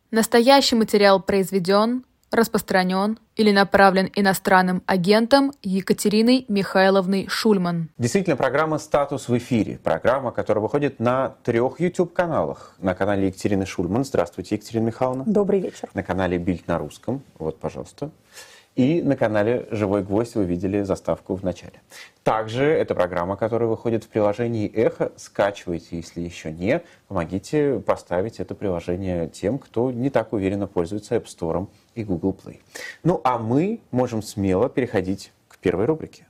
Настоящий материал произведен, распространен или направлен иностранным агентом Екатериной Михайловной Шульман. Действительно, программа «Статус» в эфире. Программа, которая выходит на 3 YouTube-каналах. На канале Екатерины Шульман. Здравствуйте, Екатерина Михайловна. Добрый вечер. На канале «Бильд» на русском. Вот, пожалуйста. И на канале «Живой гвоздь» вы видели заставку в начале. Также это программа, которая выходит в приложении «Эхо». Скачивайте, если еще не. Помогите поставить это приложение тем, кто не так уверенно пользуется App Store и Google Play. Ну, а мы можем смело переходить к первой рубрике.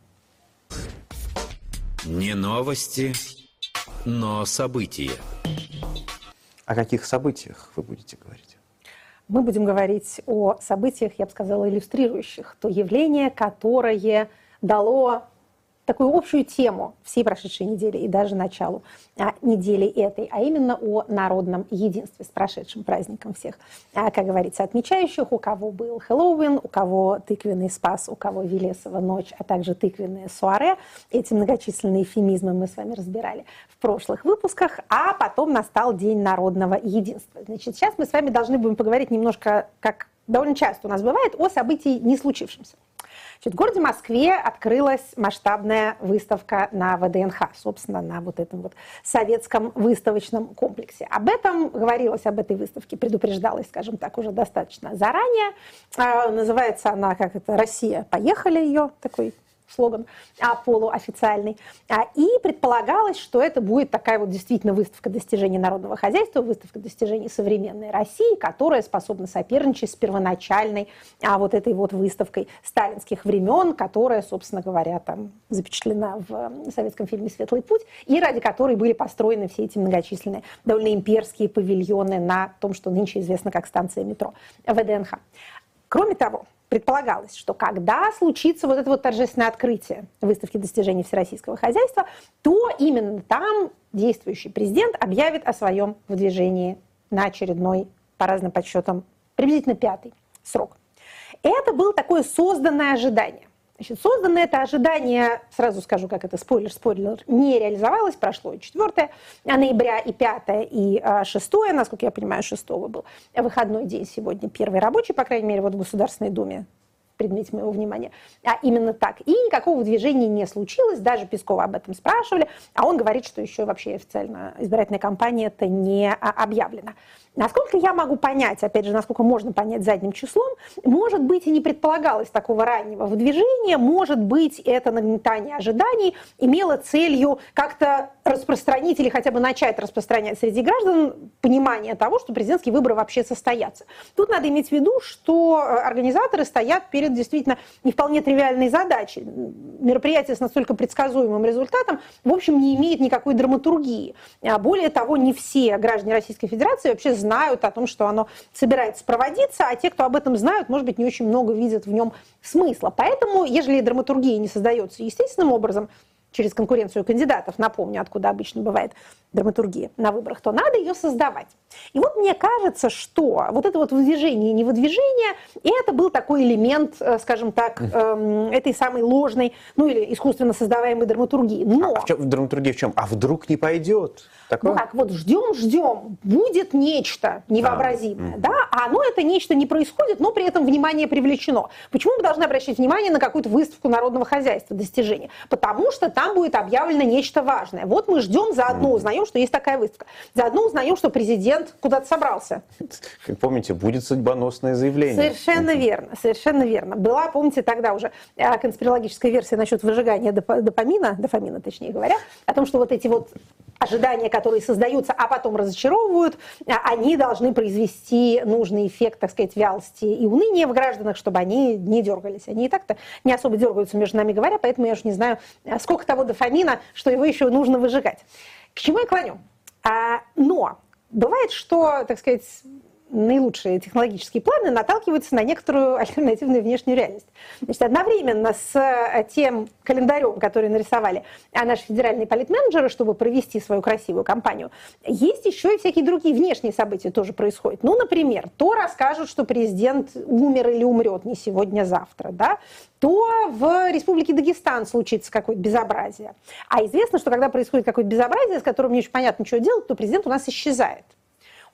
Не новости, но события. О каких событиях вы будете говорить? Мы будем говорить о событиях, я бы сказала, иллюстрирующих то явление, которое дало такую общую тему всей прошедшей недели и даже началу недели этой, а именно о народном единстве с прошедшим праздником всех, как говорится, отмечающих, у кого был Хэллоуин, у кого тыквенный Спас, у кого Велесова ночь, а также тыквенное суаре. Эти многочисленные эвфемизмы мы с вами разбирали в прошлых выпусках, а потом настал День народного единства. Значит, сейчас мы с вами должны будем поговорить немножко, как довольно часто у нас бывает, о событии не случившемся. Значит, в городе Москве открылась масштабная выставка на ВДНХ, собственно, на вот этом вот советском выставочном комплексе. Об этом говорилось, об этой выставке, предупреждалось, скажем так, уже достаточно заранее. Называется она, как это, «Россия, поехали», ее такой слоган полуофициальный. И предполагалось, что это будет такая вот действительно выставка достижений народного хозяйства, выставка достижений современной России, которая способна соперничать с первоначальной вот этой вот выставкой сталинских времен, которая, собственно говоря, там запечатлена в советском фильме «Светлый путь», и ради которой были построены все эти многочисленные, довольно имперские павильоны на том, что нынче известно как станция метро ВДНХ. Кроме того, предполагалось, что когда случится вот это вот торжественное открытие выставки достижений всероссийского хозяйства, то именно там действующий президент объявит о своем выдвижении на очередной, по разным подсчетам, приблизительно 5-й срок. Это было такое созданное ожидание. Значит, созданное это ожидание, сразу скажу, как это, спойлер, не реализовалось, прошло и 4 ноября, и 5, и 6, насколько я понимаю, 6 был выходной день сегодня, первый рабочий, по крайней мере, вот в Государственной Думе, в предмете моего внимания, именно так. И никакого движения не случилось, даже Пескова об этом спрашивали, а он говорит, что еще вообще официально избирательная кампания это не объявлена. Насколько я могу понять, опять же, насколько можно понять задним числом, может быть, и не предполагалось такого раннего выдвижения, может быть, это нагнетание ожиданий имело целью как-то распространить или хотя бы начать распространять среди граждан понимание того, что президентские выборы вообще состоятся. Тут надо иметь в виду, что организаторы стоят перед действительно не вполне тривиальной задачей. Мероприятие с настолько предсказуемым результатом, в общем, не имеет никакой драматургии. Более того, не все граждане Российской Федерации вообще знают о том, что оно собирается проводиться, а те, кто об этом знают, может быть, не очень много видят в нем смысла. Поэтому, ежели драматургия не создается естественным образом, через конкуренцию кандидатов, напомню, откуда обычно бывает драматургия на выборах, то надо ее создавать. И вот мне кажется, что вот это вот выдвижение и невыдвижение, это был такой элемент, скажем так, этой самой ложной, ну или искусственно создаваемой драматургии. Но... Драматургия в чем? А вдруг не пойдет? Такое? Ну так вот, ждем, будет нечто невообразимое, да, а оно это нечто не происходит, но при этом внимание привлечено. Почему мы должны обращать внимание на какую-то выставку народного хозяйства, достижения? Потому что там будет объявлено нечто важное. Вот мы ждем, заодно узнаем, что есть такая выставка. Заодно узнаем, что президент куда-то собрался. Как помните, будет судьбоносное заявление. Совершенно верно. Была, помните, тогда уже конспирологическая версия насчет выжигания дофамина точнее говоря, о том, что вот эти вот ожидания, которые создаются, а потом разочаровывают, они должны произвести нужный эффект, так сказать, вялости и уныния в гражданах, чтобы они не дергались. Они и так-то не особо дергаются, между нами говоря, поэтому я уж не знаю, сколько того дофамина, что его еще нужно выжигать. К чему я клоню? Но бывает, что, так сказать, наилучшие технологические планы наталкиваются на некоторую альтернативную внешнюю реальность. Значит, одновременно с тем календарем, который нарисовали наши федеральные политменеджеры, чтобы провести свою красивую кампанию, есть еще и всякие другие внешние события тоже происходят. Ну, например, то расскажут, что президент умер или умрет не сегодня, а завтра, да? То в Республике Дагестан случится какое-то безобразие. А известно, что когда происходит какое-то безобразие, с которым не очень понятно, что делать, то президент у нас исчезает.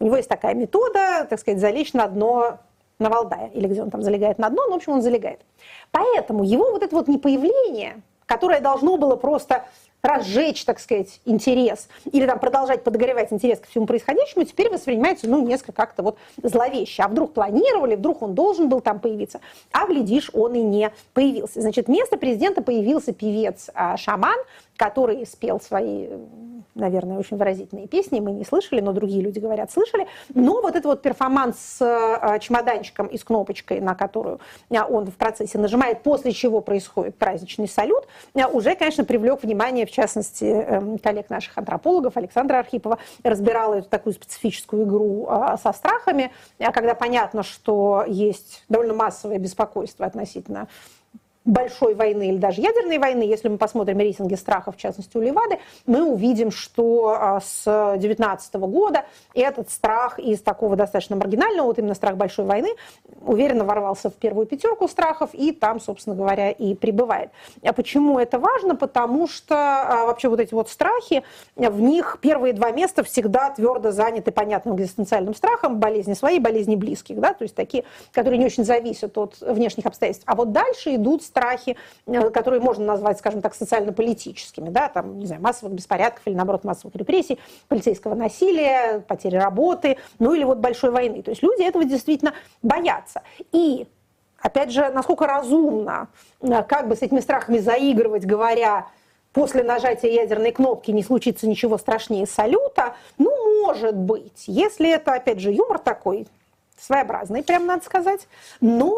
У него есть такая метода, так сказать, залечь на дно на Валдае, или где он там залегает на дно, но, в общем, он залегает. Поэтому его вот это вот непоявление, которое должно было просто разжечь, так сказать, интерес, или там продолжать подогревать интерес к всему происходящему, теперь воспринимается, несколько как-то вот зловеще. А вдруг планировали, вдруг он должен был там появиться, а глядишь, он и не появился. Значит, вместо президента появился певец-шаман, который спел свои, наверное, очень выразительные песни, мы не слышали, но другие люди говорят, слышали. Но вот этот вот перформанс с чемоданчиком и с кнопочкой, на которую он в процессе нажимает, после чего происходит праздничный салют, уже, конечно, привлек внимание, в частности, коллег наших антропологов. Александра Архипова разбирала эту такую специфическую игру со страхами, когда понятно, что есть довольно массовое беспокойство относительно большой войны или даже ядерной войны. Если мы посмотрим рейтинги страха, в частности, у Левады, мы увидим, что с 2019 года этот страх из такого достаточно маргинального, вот именно страх большой войны, уверенно ворвался в первую пятерку страхов и там, собственно говоря, и пребывает. А почему это важно? Потому что вообще вот эти вот страхи, в них первые два места всегда твердо заняты понятным экзистенциальным страхом, болезни своей, болезни близких, да, то есть такие, которые не очень зависят от внешних обстоятельств. А вот дальше идут страхи, которые можно назвать, скажем так, социально-политическими, да, там, не знаю, массовых беспорядков или, наоборот, массовых репрессий, полицейского насилия, потери работы, или вот большой войны. То есть люди этого действительно боятся. И, опять же, насколько разумно как бы с этими страхами заигрывать, говоря, после нажатия ядерной кнопки не случится ничего страшнее салюта, может быть, если это, опять же, юмор такой, своеобразный, прям надо сказать, но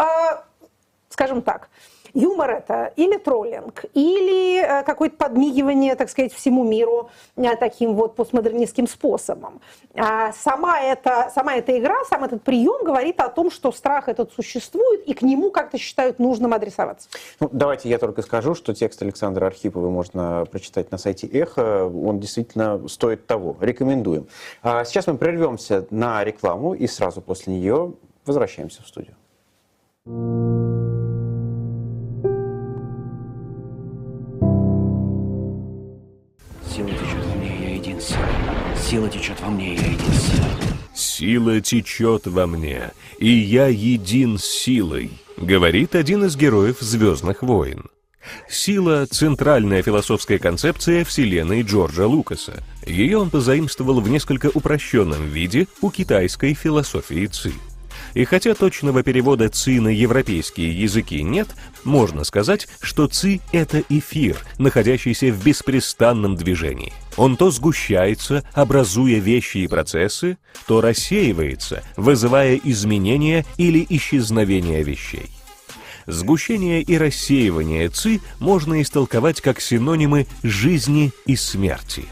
скажем так, юмор это или троллинг, или какое-то подмигивание, так сказать, всему миру таким вот постмодернистским способом. Сама эта игра, сам этот прием говорит о том, что страх этот существует, и к нему как-то считают нужным адресоваться. Давайте я только скажу, что текст Александры Архиповой можно прочитать на сайте «Эхо». Он действительно стоит того. Рекомендуем. Сейчас мы прервемся на рекламу, и сразу после нее возвращаемся в студию. Сила течет во мне, я един силой. Сила течет во мне, я един силой. «Сила течет во мне, и я един силой», говорит один из героев «Звездных войн». Сила — центральная философская концепция вселенной Джорджа Лукаса. Ее он позаимствовал в несколько упрощенном виде у китайской философии Ци. И хотя точного перевода Ци на европейские языки нет, можно сказать, что Ци — это эфир, находящийся в беспрестанном движении. Он то сгущается, образуя вещи и процессы, то рассеивается, вызывая изменения или исчезновение вещей. Сгущение и рассеивание Ци можно истолковать как синонимы жизни и смерти.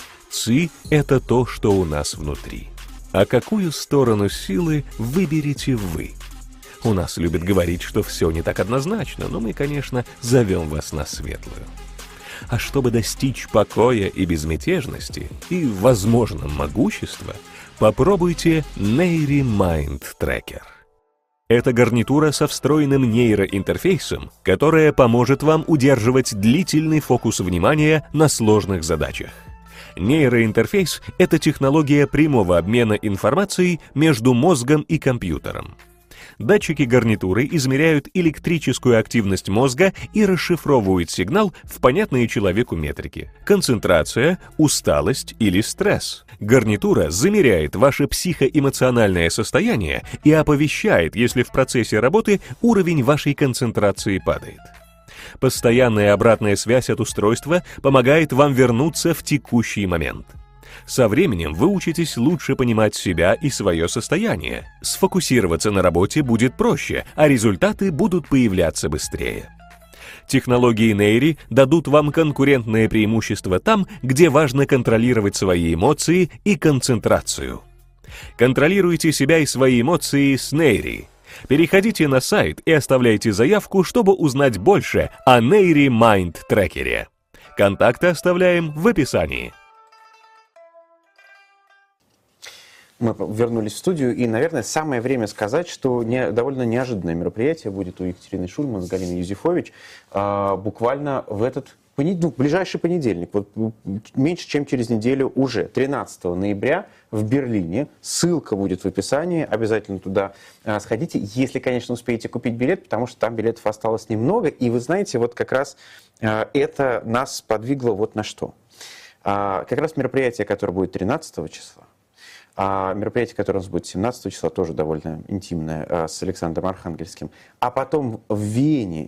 Ци — это то, что у нас внутри. А какую сторону силы выберете вы? У нас любят говорить, что все не так однозначно, но мы, конечно, зовем вас на светлую. А чтобы достичь покоя и безмятежности, и, возможно, могущества, попробуйте Neyri Mind Tracker. Это гарнитура со встроенным нейроинтерфейсом, которая поможет вам удерживать длительный фокус внимания на сложных задачах. Нейроинтерфейс — это технология прямого обмена информацией между мозгом и компьютером. Датчики гарнитуры измеряют электрическую активность мозга и расшифровывают сигнал в понятные человеку метрики: концентрация, усталость или стресс. Гарнитура замеряет ваше психоэмоциональное состояние и оповещает, если в процессе работы уровень вашей концентрации падает. Постоянная обратная связь от устройства помогает вам вернуться в текущий момент. Со временем вы учитесь лучше понимать себя и свое состояние. Сфокусироваться на работе будет проще, а результаты будут появляться быстрее. Технологии Neyri дадут вам конкурентное преимущество там, где важно контролировать свои эмоции и концентрацию. Контролируйте себя и свои эмоции с Neyri. Переходите на сайт и оставляйте заявку, чтобы узнать больше о Neyri Mind Tracker. Контакты оставляем в описании. Мы вернулись в студию, и, наверное, самое время сказать, что довольно неожиданное мероприятие будет у Екатерины Шульман с Галиной Юзефович буквально в этот в ближайший понедельник, вот меньше чем через неделю уже, 13 ноября в Берлине. Ссылка будет в описании, обязательно туда сходите, если, конечно, успеете купить билет, потому что там билетов осталось немного. И вы знаете, вот как раз это нас подвигло вот на что. Как раз мероприятие, которое будет 13 числа, мероприятие, которое у нас будет 17 числа, тоже довольно интимное, с Александром Архангельским. А потом в Вене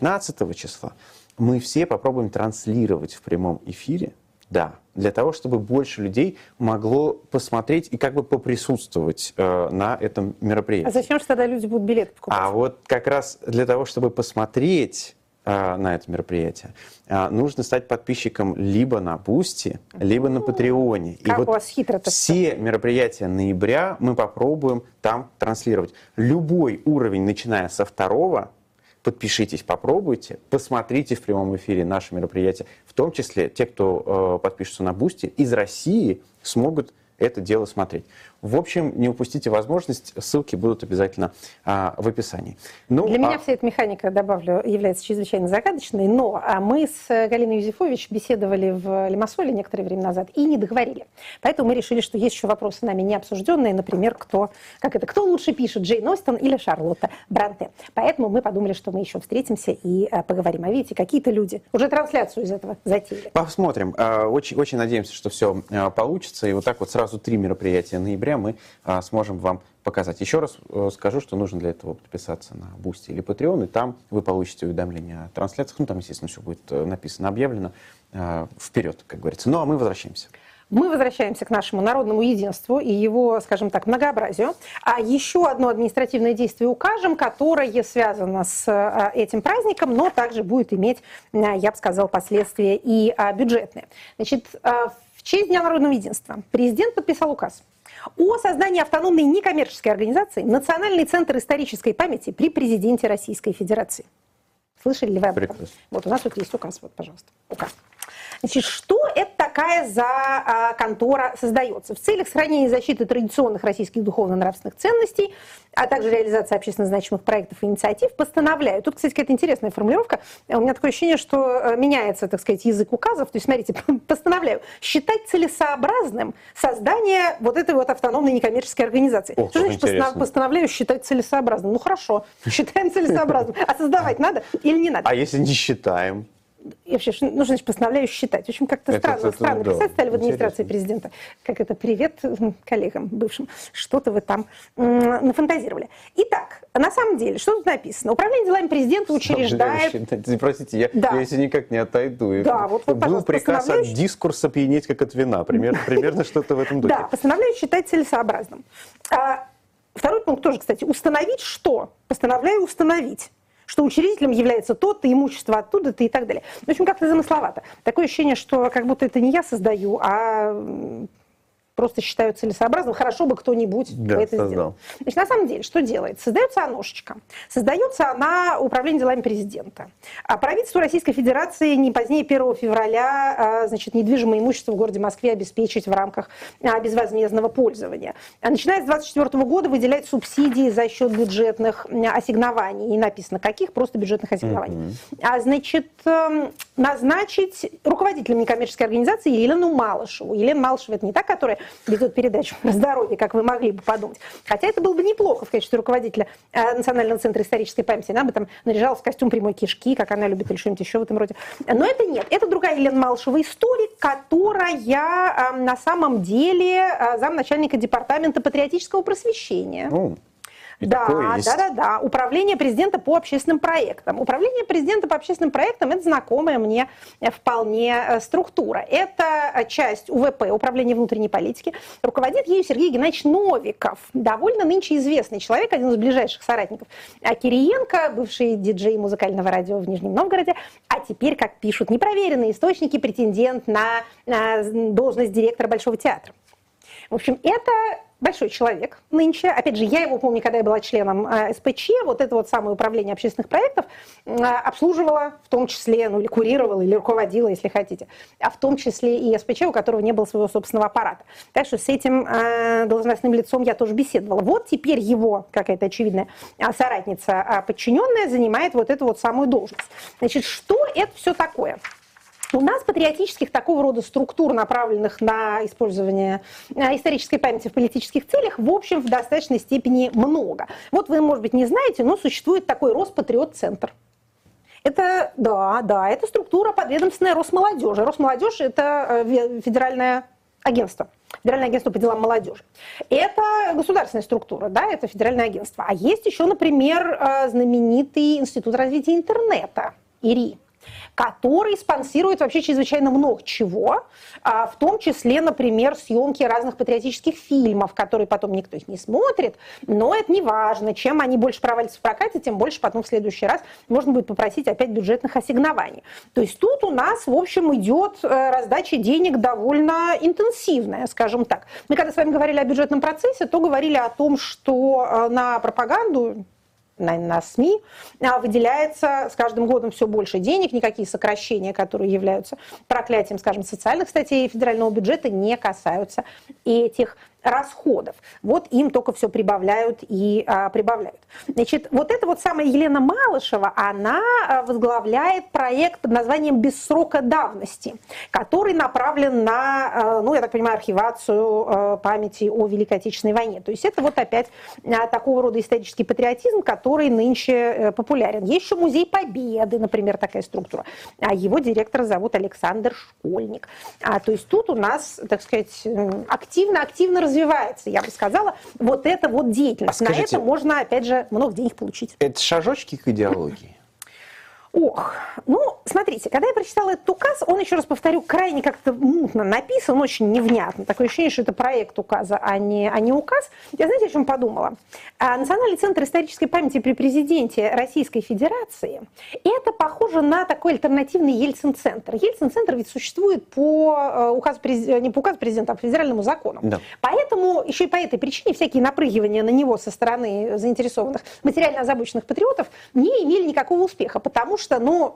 19 числа мы все попробуем транслировать в прямом эфире, да, для того, чтобы больше людей могло посмотреть и как бы поприсутствовать на этом мероприятии. А зачем же тогда люди будут билеты покупать? А вот как раз для того, чтобы посмотреть на это мероприятие, нужно стать подписчиком либо на Бусти, либо на Патреоне. Как и вот у вас хитро-то все мероприятия ноября мы попробуем там транслировать. Любой уровень, начиная со 2, подпишитесь, попробуйте, посмотрите в прямом эфире наше мероприятие. В том числе те, кто подпишется на Бусти, из России смогут это дело смотреть. В общем, не упустите возможность, ссылки будут обязательно в описании. Ну, Для меня вся эта механика, добавлю, является чрезвычайно загадочной, но мы с Галиной Юзефович беседовали в Лимассоле некоторое время назад и не договорили. Поэтому мы решили, что есть еще вопросы нами не обсужденные, например, кто лучше пишет, Джейн Остин или Шарлотта Бронте. Поэтому мы подумали, что мы еще встретимся и поговорим. А видите, какие-то люди уже трансляцию из этого затеяли. Посмотрим. Очень, очень надеемся, что все получится. И вот так вот сразу 3 мероприятия ноября мы сможем вам показать. Еще раз скажу, что нужно для этого подписаться на Boosty или Patreon, и там вы получите уведомления о трансляциях. Ну, там, естественно, все будет написано, объявлено. Вперед, как говорится. Ну, а мы возвращаемся. Мы возвращаемся к нашему народному единству и его, скажем так, многообразию. А еще одно административное действие укажем, которое связано с этим праздником, но также будет иметь, я бы сказала, последствия и бюджетные. Значит, в честь Дня народного единства президент подписал указ о создании автономной некоммерческой организации «Национальный центр исторической памяти» при президенте Российской Федерации. Слышали ли вы об этом? Прекрасно. Вот у нас тут есть указ, вот, пожалуйста, указ. Значит, что это такая за контора создается? В целях сохранения и защиты традиционных российских духовно-нравственных ценностей, а также реализации общественно значимых проектов и инициатив постановляю. Тут, кстати, какая-то интересная формулировка. У меня такое ощущение, что меняется, так сказать, язык указов. То есть, смотрите, постановляю считать целесообразным создание вот этой вот автономной некоммерческой организации. Ох, что значит постановляю считать целесообразным? Ну хорошо, считаем целесообразным. А создавать надо или не надо? А если не считаем? И вообще, нужно, значит, постановляю считать. В общем, как-то странно. Да, Представьте, стали в администрации интересно. президента. Как это, привет коллегам бывшим. Что-то вы там нафантазировали. Итак, на самом деле, что тут написано? Управление делами президента учреждает... Простите, Да. я себе никак не отойду. Да, вот, Был пожалуйста, приказ от постановляешь- дискурса пьянеть как от вина. Примерно что-то в этом духе. Да, постановляю считать целесообразным. Второй пункт тоже, кстати. Установить что? Постановляю установить, что учредителем является тот-то, имущество оттуда-то и так далее. В общем, как-то замысловато. Такое ощущение, что как будто это не я создаю, а просто считаю целесообразным. Хорошо бы кто-нибудь это сделал. Значит, на самом деле, что делается? Создается ОНОшечка. Создается она Управление делами президента. А правительству Российской Федерации не позднее 1 февраля значит, недвижимое имущество в городе Москве обеспечить в рамках безвозмездного пользования. А начиная с 2024 года выделять субсидии за счет бюджетных ассигнований. Не написано каких, просто бюджетных ассигнований. Значит, назначить руководителем некоммерческой организации Елену Малышеву. Елена Малышева — это не та, которая ведет передачу про здоровье, как вы могли бы подумать. Хотя это было бы неплохо в качестве руководителя Национального центра исторической памяти. Она бы там наряжалась в костюм прямой кишки, как она любит, или что-нибудь еще в этом роде. Но это нет. Это другая Елена Малышева, историк, которая на самом деле замначальника департамента патриотического просвещения. Да. Управление президента по общественным проектам. Управление президента по общественным проектам — это знакомая мне вполне структура. Это часть УВП, Управления внутренней политики. Руководит ею Сергей Геннадьевич Новиков. Довольно нынче известный человек, один из ближайших соратников Кириенко, бывший диджей музыкального радио в Нижнем Новгороде, а теперь, как пишут непроверенные источники, претендент на должность директора Большого театра. В общем, это большой человек нынче. Опять же, я его помню, когда я была членом СПЧ, вот это вот самое управление общественных проектов обслуживала, в том числе, или курировала, или руководила, если хотите, а в том числе и СПЧ, у которого не было своего собственного аппарата. Так что с этим должностным лицом я тоже беседовала. Вот теперь его какая-то очевидная соратница подчиненная занимает вот эту вот самую должность. Значит, что это все такое? У нас патриотических такого рода структур, направленных на использование исторической памяти в политических целях, в общем, в достаточной степени много. Вот вы, может быть, не знаете, но существует такой Роспатриот-центр. Это, это структура подведомственная Росмолодежи. Росмолодежь – это федеральное агентство. Федеральное агентство по делам молодежи. Это государственная структура, да, это федеральное агентство. А есть еще, например, знаменитый Институт развития интернета, ИРИ, который спонсирует вообще чрезвычайно много чего, в том числе, например, съемки разных патриотических фильмов, которые потом никто их не смотрит, но это не важно. Чем они больше провалятся в прокате, тем больше потом в следующий раз можно будет попросить опять бюджетных ассигнований. То есть тут у нас, в общем, идет раздача денег довольно интенсивная, скажем так. Мы когда с вами говорили о бюджетном процессе, то говорили о том, что на пропаганду, на СМИ выделяется с каждым годом все больше денег, никакие сокращения, которые являются проклятием, скажем, социальных статей федерального бюджета, не касаются этих расходов. Вот им только все прибавляют и прибавляют. Значит, вот эта вот самая Елена Малышева, она возглавляет проект под названием «Без срока давности», который направлен на, я так понимаю, архивацию памяти о Великой Отечественной войне. То есть это вот опять такого рода исторический патриотизм, который нынче популярен. Есть еще Музей Победы, например, такая структура. Его директора зовут Александр Школьник. То есть тут у нас, так сказать, активно развивается, я бы сказала, вот эта вот деятельность. Скажите, на это можно, опять же, много денег получить. Это шажочки к идеологии? Ох, смотрите, когда я прочитала этот указ, он, еще раз повторю, крайне как-то мутно написан, очень невнятно. Такое ощущение, что это проект указа, а не указ. Я знаете, о чем подумала? Национальный центр исторической памяти при президенте Российской Федерации – это похоже на такой альтернативный Ельцин-центр. Ельцин-центр ведь существует не по указу президента, а по федеральному закону. Да. Поэтому еще и по этой причине всякие напрыгивания на него со стороны заинтересованных, материально озабоченных патриотов не имели никакого успеха, потому что,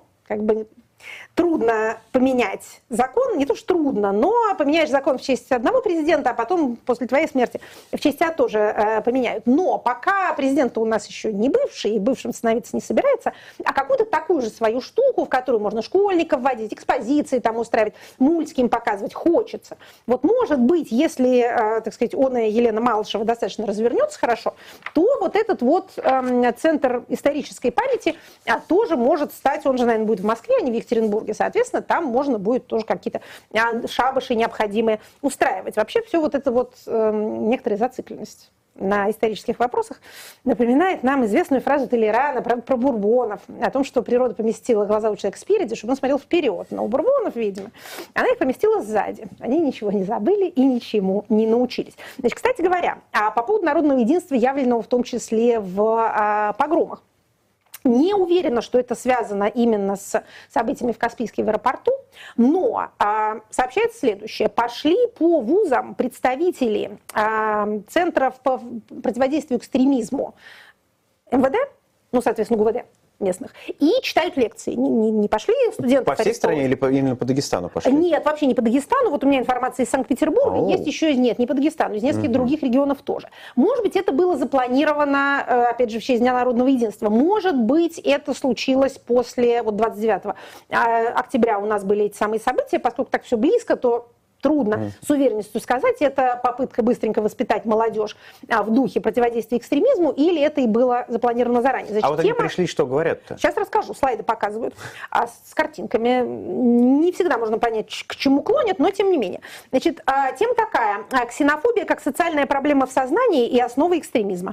трудно поменять закон, не то что трудно, но поменяешь закон в честь одного президента, а потом после твоей смерти в честь тебя тоже поменяют. Но пока президент у нас еще не бывший, и бывшим становиться не собирается, а какую-то такую же свою штуку, в которую можно школьников вводить, экспозиции там устраивать, мультики им показывать, хочется. Вот может быть, если, так сказать, Елена Малышева достаточно развернется хорошо, то вот этот вот центр исторической памяти тоже может стать, он же, наверное, будет в Москве, а не в Екатеринбурге, соответственно, там можно будет тоже какие-то шабаши необходимые устраивать. Вообще все вот это вот некоторая зацикленность на исторических вопросах напоминает нам известную фразу Толерана про Бурбонов, о том, что природа поместила глаза у человека спереди, чтобы он смотрел вперед. Но у Бурбонов, видимо, она их поместила сзади. Они ничего не забыли и ничему не научились. Значит, кстати говоря, по поводу народного единства, явленного в том числе в погромах. Не уверена, что это связано именно с событиями в Каспийске в аэропорту, но сообщается следующее. Пошли по вузам представители центров по противодействию экстремизму МВД, соответственно, ГУВД местных, и читают лекции. Не пошли студенты... По всей стране или именно по Дагестану пошли? Нет, вообще не по Дагестану. Вот у меня информация из Санкт-Петербурга, есть еще... Нет, не по Дагестану, из нескольких других регионов тоже. Может быть, это было запланировано, опять же, в честь Дня народного единства. Может быть, это случилось после 29 октября у нас были эти самые события. Поскольку так все близко, то трудно с уверенностью сказать, это попытка быстренько воспитать молодежь в духе противодействия экстремизму, или это и было запланировано заранее. Значит, вот они пришли, что говорят-то? Сейчас расскажу, слайды показывают с картинками. Не всегда можно понять, к чему клонят, но тем не менее. Значит, тема такая: ксенофобия как социальная проблема в сознании и основа экстремизма.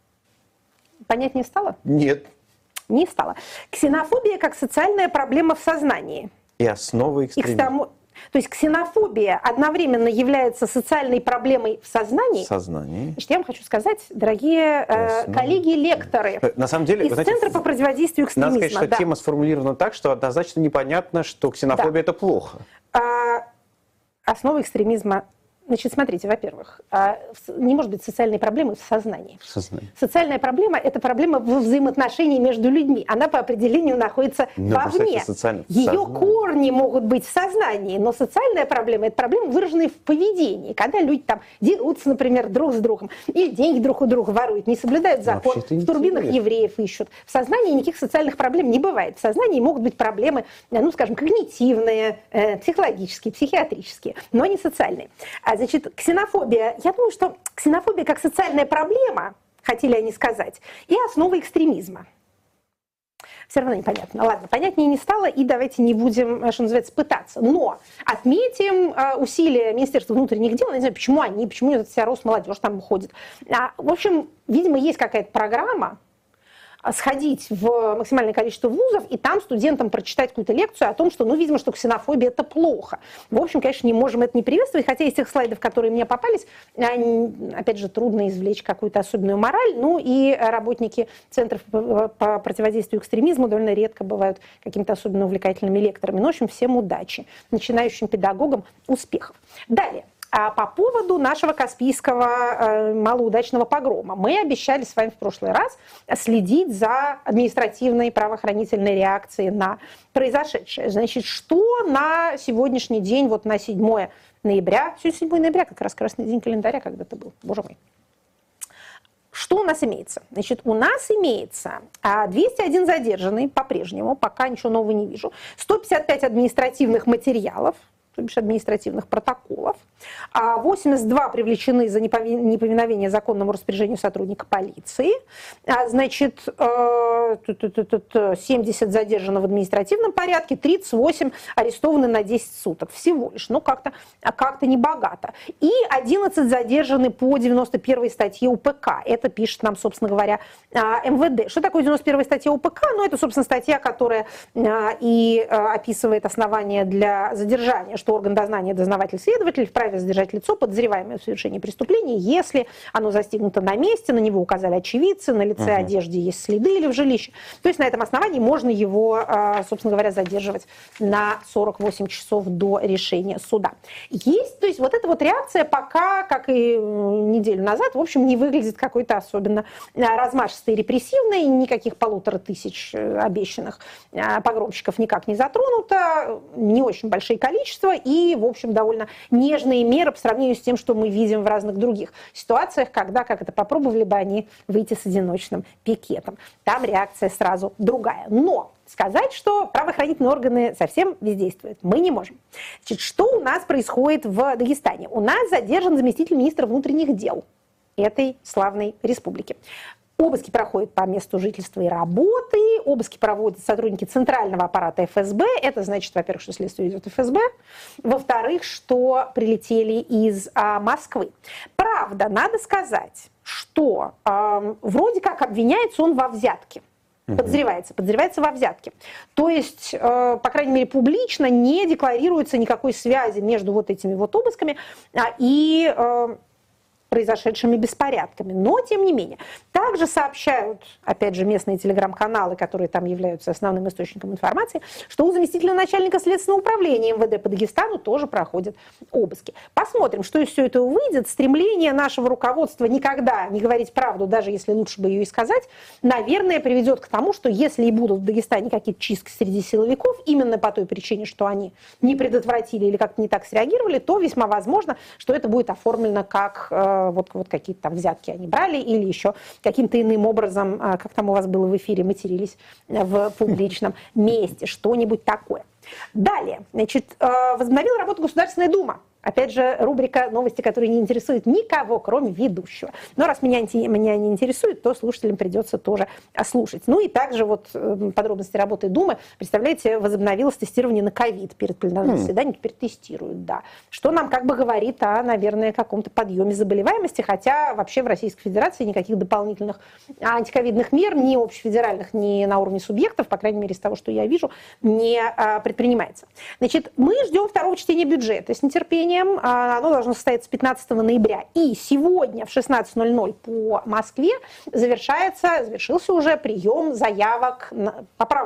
Понятнее стало? Нет. Не стало. Ксенофобия как социальная проблема в сознании. И основа экстремизма. То есть ксенофобия одновременно является социальной проблемой в сознании. Значит, я вам хочу сказать, дорогие коллеги-лекторы, на самом деле, из Центра по противодействию экстремизма. Надо сказать, что тема сформулирована так, что однозначно непонятно, что ксенофобия это плохо. Основа экстремизма Значит, смотрите, во-первых, не может быть социальной проблемы в сознании. Социальная проблема – это проблема во взаимоотношении между людьми. Она по определению находится вовне. Ее корни могут быть в сознании, но социальная проблема – это проблема, выраженная в поведении. Когда люди там дерутся, например, друг с другом, или деньги друг у друга воруют, не соблюдают закон, в турбинах евреев ищут. В сознании никаких социальных проблем не бывает. В сознании могут быть проблемы, ну, скажем, когнитивные, психологические, психиатрические, но не социальные. Значит, ксенофобия, я думаю, что ксенофобия как социальная проблема, хотели они сказать, и основа экстремизма. Все равно непонятно. Ладно, понятнее не стало, и давайте не будем, что называется, пытаться. Но отметим усилия Министерства внутренних дел, я не знаю, почему эта вся Росмолодежь там уходит. В общем, видимо, есть какая-то программа, сходить в максимальное количество вузов и там студентам прочитать какую-то лекцию о том, что, ну, видимо, что ксенофобия – это плохо. В общем, конечно, не можем это не приветствовать, хотя из тех слайдов, которые мне попались, опять же, трудно извлечь какую-то особенную мораль. Ну и работники центров по противодействию экстремизму довольно редко бывают какими-то особенно увлекательными лекторами. Ну, в общем, всем удачи. Начинающим педагогам успехов. Далее. По поводу нашего Каспийского малоудачного погрома. Мы обещали с вами в прошлый раз следить за административной правоохранительной реакцией на произошедшее. Значит, что на сегодняшний день, вот на 7 ноября, сегодня 7 ноября, как раз красный день календаря когда-то был, боже мой. Что у нас имеется? Значит, у нас имеется 201 задержанный по-прежнему, пока ничего нового не вижу, 155 административных материалов, то бишь административных протоколов. 82 привлечены за неповиновение законному распоряжению сотрудника полиции. Значит, 70 задержано в административном порядке, 38 арестованы на 10 суток всего лишь. Ну, как-то небогато. И 11 задержаны по 91 статье УПК. Это пишет нам, собственно говоря, МВД. Что такое 91 статья УПК? Ну, это, собственно, статья, которая и описывает основания для задержания, что орган дознания, дознаватель, следователь вправе задержать лицо, подозреваемое в совершении преступления, если оно застигнуто на месте, на него указали очевидцы, на лице, одежде есть следы или в жилище. То есть на этом основании можно его, собственно говоря, задерживать на 48 часов до решения суда. Есть, то есть вот эта вот реакция пока, как и неделю назад, в общем, не выглядит какой-то особенно размашистой и репрессивной, никаких 1500 обещанных погромщиков никак не затронуто, не очень большие количества, и, в общем, довольно нежные меры по сравнению с тем, что мы видим в разных других ситуациях, когда, как это попробовали бы они выйти с одиночным пикетом. Там реакция сразу другая. Но сказать, что правоохранительные органы совсем бездействуют, мы не можем. Значит, что у нас происходит в Дагестане? У нас задержан заместитель министра внутренних дел этой славной республики. Обыски проходят по месту жительства и работы, обыски проводят сотрудники центрального аппарата ФСБ. Это значит, во-первых, что следствие идет ФСБ, во-вторых, что прилетели из Москвы. Правда, надо сказать, что вроде как обвиняется он во взятке. Подозревается во взятке. То есть, по крайней мере, публично не декларируется никакой связи между вот этими вот обысками и произошедшими беспорядками. Но, тем не менее, также сообщают, опять же, местные телеграм-каналы, которые там являются основным источником информации, что у заместителя начальника Следственного управления МВД по Дагестану тоже проходят обыски. Посмотрим, что из всего этого выйдет. Стремление нашего руководства никогда не говорить правду, даже если лучше бы ее и сказать, наверное, приведет к тому, что если и будут в Дагестане какие-то чистки среди силовиков, именно по той причине, что они не предотвратили или как-то не так среагировали, то весьма возможно, что это будет оформлено как вот какие-то там взятки они брали или еще каким-то иным образом, как там у вас было в эфире, матерились в публичном месте, что-нибудь такое. Далее, значит, возобновила работу Государственная Дума. Опять же, рубрика «Новости, которые не интересуют никого, кроме ведущего». Но раз меня не интересует, то слушателям придется тоже слушать. Ну и также вот подробности работы Думы. Представляете, возобновилось тестирование на ковид перед пленарным заседанием, теперь тестируют, да. Что нам как бы говорит о, наверное, каком-то подъеме заболеваемости, хотя вообще в Российской Федерации никаких дополнительных антиковидных мер, ни общефедеральных, ни на уровне субъектов, по крайней мере, из того, что я вижу, не предпринимается. Значит, мы ждем второго чтения бюджета с нетерпением. Оно должно состояться 15 ноября. И сегодня в 16:00 по Москве завершился уже прием заявок, поправок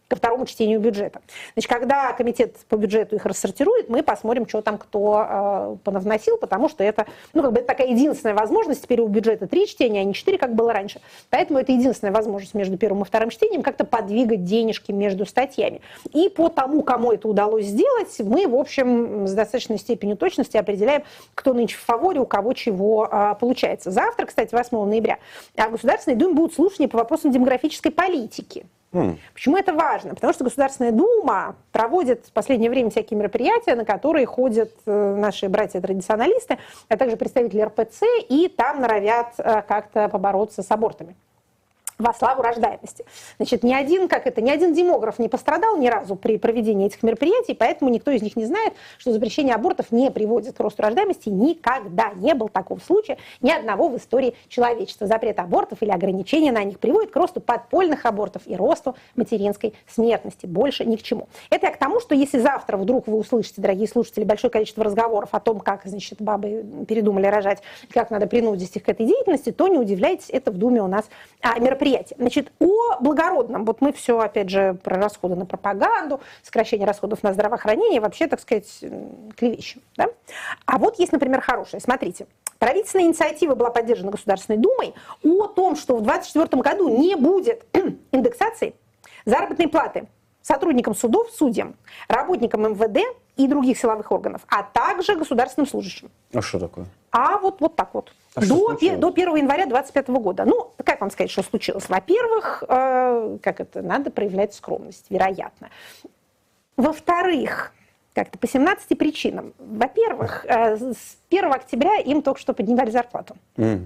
ко второму чтению бюджета. Значит, когда комитет по бюджету их рассортирует, мы посмотрим, что там кто понавносил, потому что это, это такая единственная возможность. Теперь у бюджета 3 чтения, а не 4, как было раньше. Поэтому это единственная возможность между первым и вторым чтением как-то подвигать денежки между статьями. И по тому, кому это удалось сделать, мы, в общем, с достаточной степенью точности определяем, кто нынче в фаворе, у кого чего получается. Завтра, кстати, 8 ноября, в Государственной Думе будут слушания по вопросам демографической политики. Почему это важно? Потому что Государственная Дума проводит в последнее время всякие мероприятия, на которые ходят наши братья-традиционалисты, а также представители РПЦ, и там норовят как-то побороться с абортами во славу рождаемости. Значит, ни один демограф не пострадал ни разу при проведении этих мероприятий, поэтому никто из них не знает, что запрещение абортов не приводит к росту рождаемости. Никогда не было такого случая ни одного в истории человечества. Запрет абортов или ограничения на них приводит к росту подпольных абортов и росту материнской смертности. Больше ни к чему. Это я к тому, что если завтра вдруг вы услышите, дорогие слушатели, большое количество разговоров о том, как, значит, бабы передумали рожать, как надо принудить их к этой деятельности, то не удивляйтесь, это в Думе у нас мероприятие. Значит, о благородном. Вот мы все, опять же, про расходы на пропаганду, сокращение расходов на здравоохранение, вообще, так сказать, клевещем. Да? А вот есть, например, хорошее. Смотрите. Правительственная инициатива была поддержана Государственной Думой о том, что в 2024 году не будет индексации заработной платы сотрудникам судов, судьям, работникам МВД и других силовых органов, а также государственным служащим. А что такое? А вот так вот. До 1 января 2025 года. Ну, как вам сказать, что случилось? Во-первых, надо проявлять скромность, вероятно. Во-вторых, как-то по 17 причинам. Во-первых, с 1 октября им только что поднимали зарплату.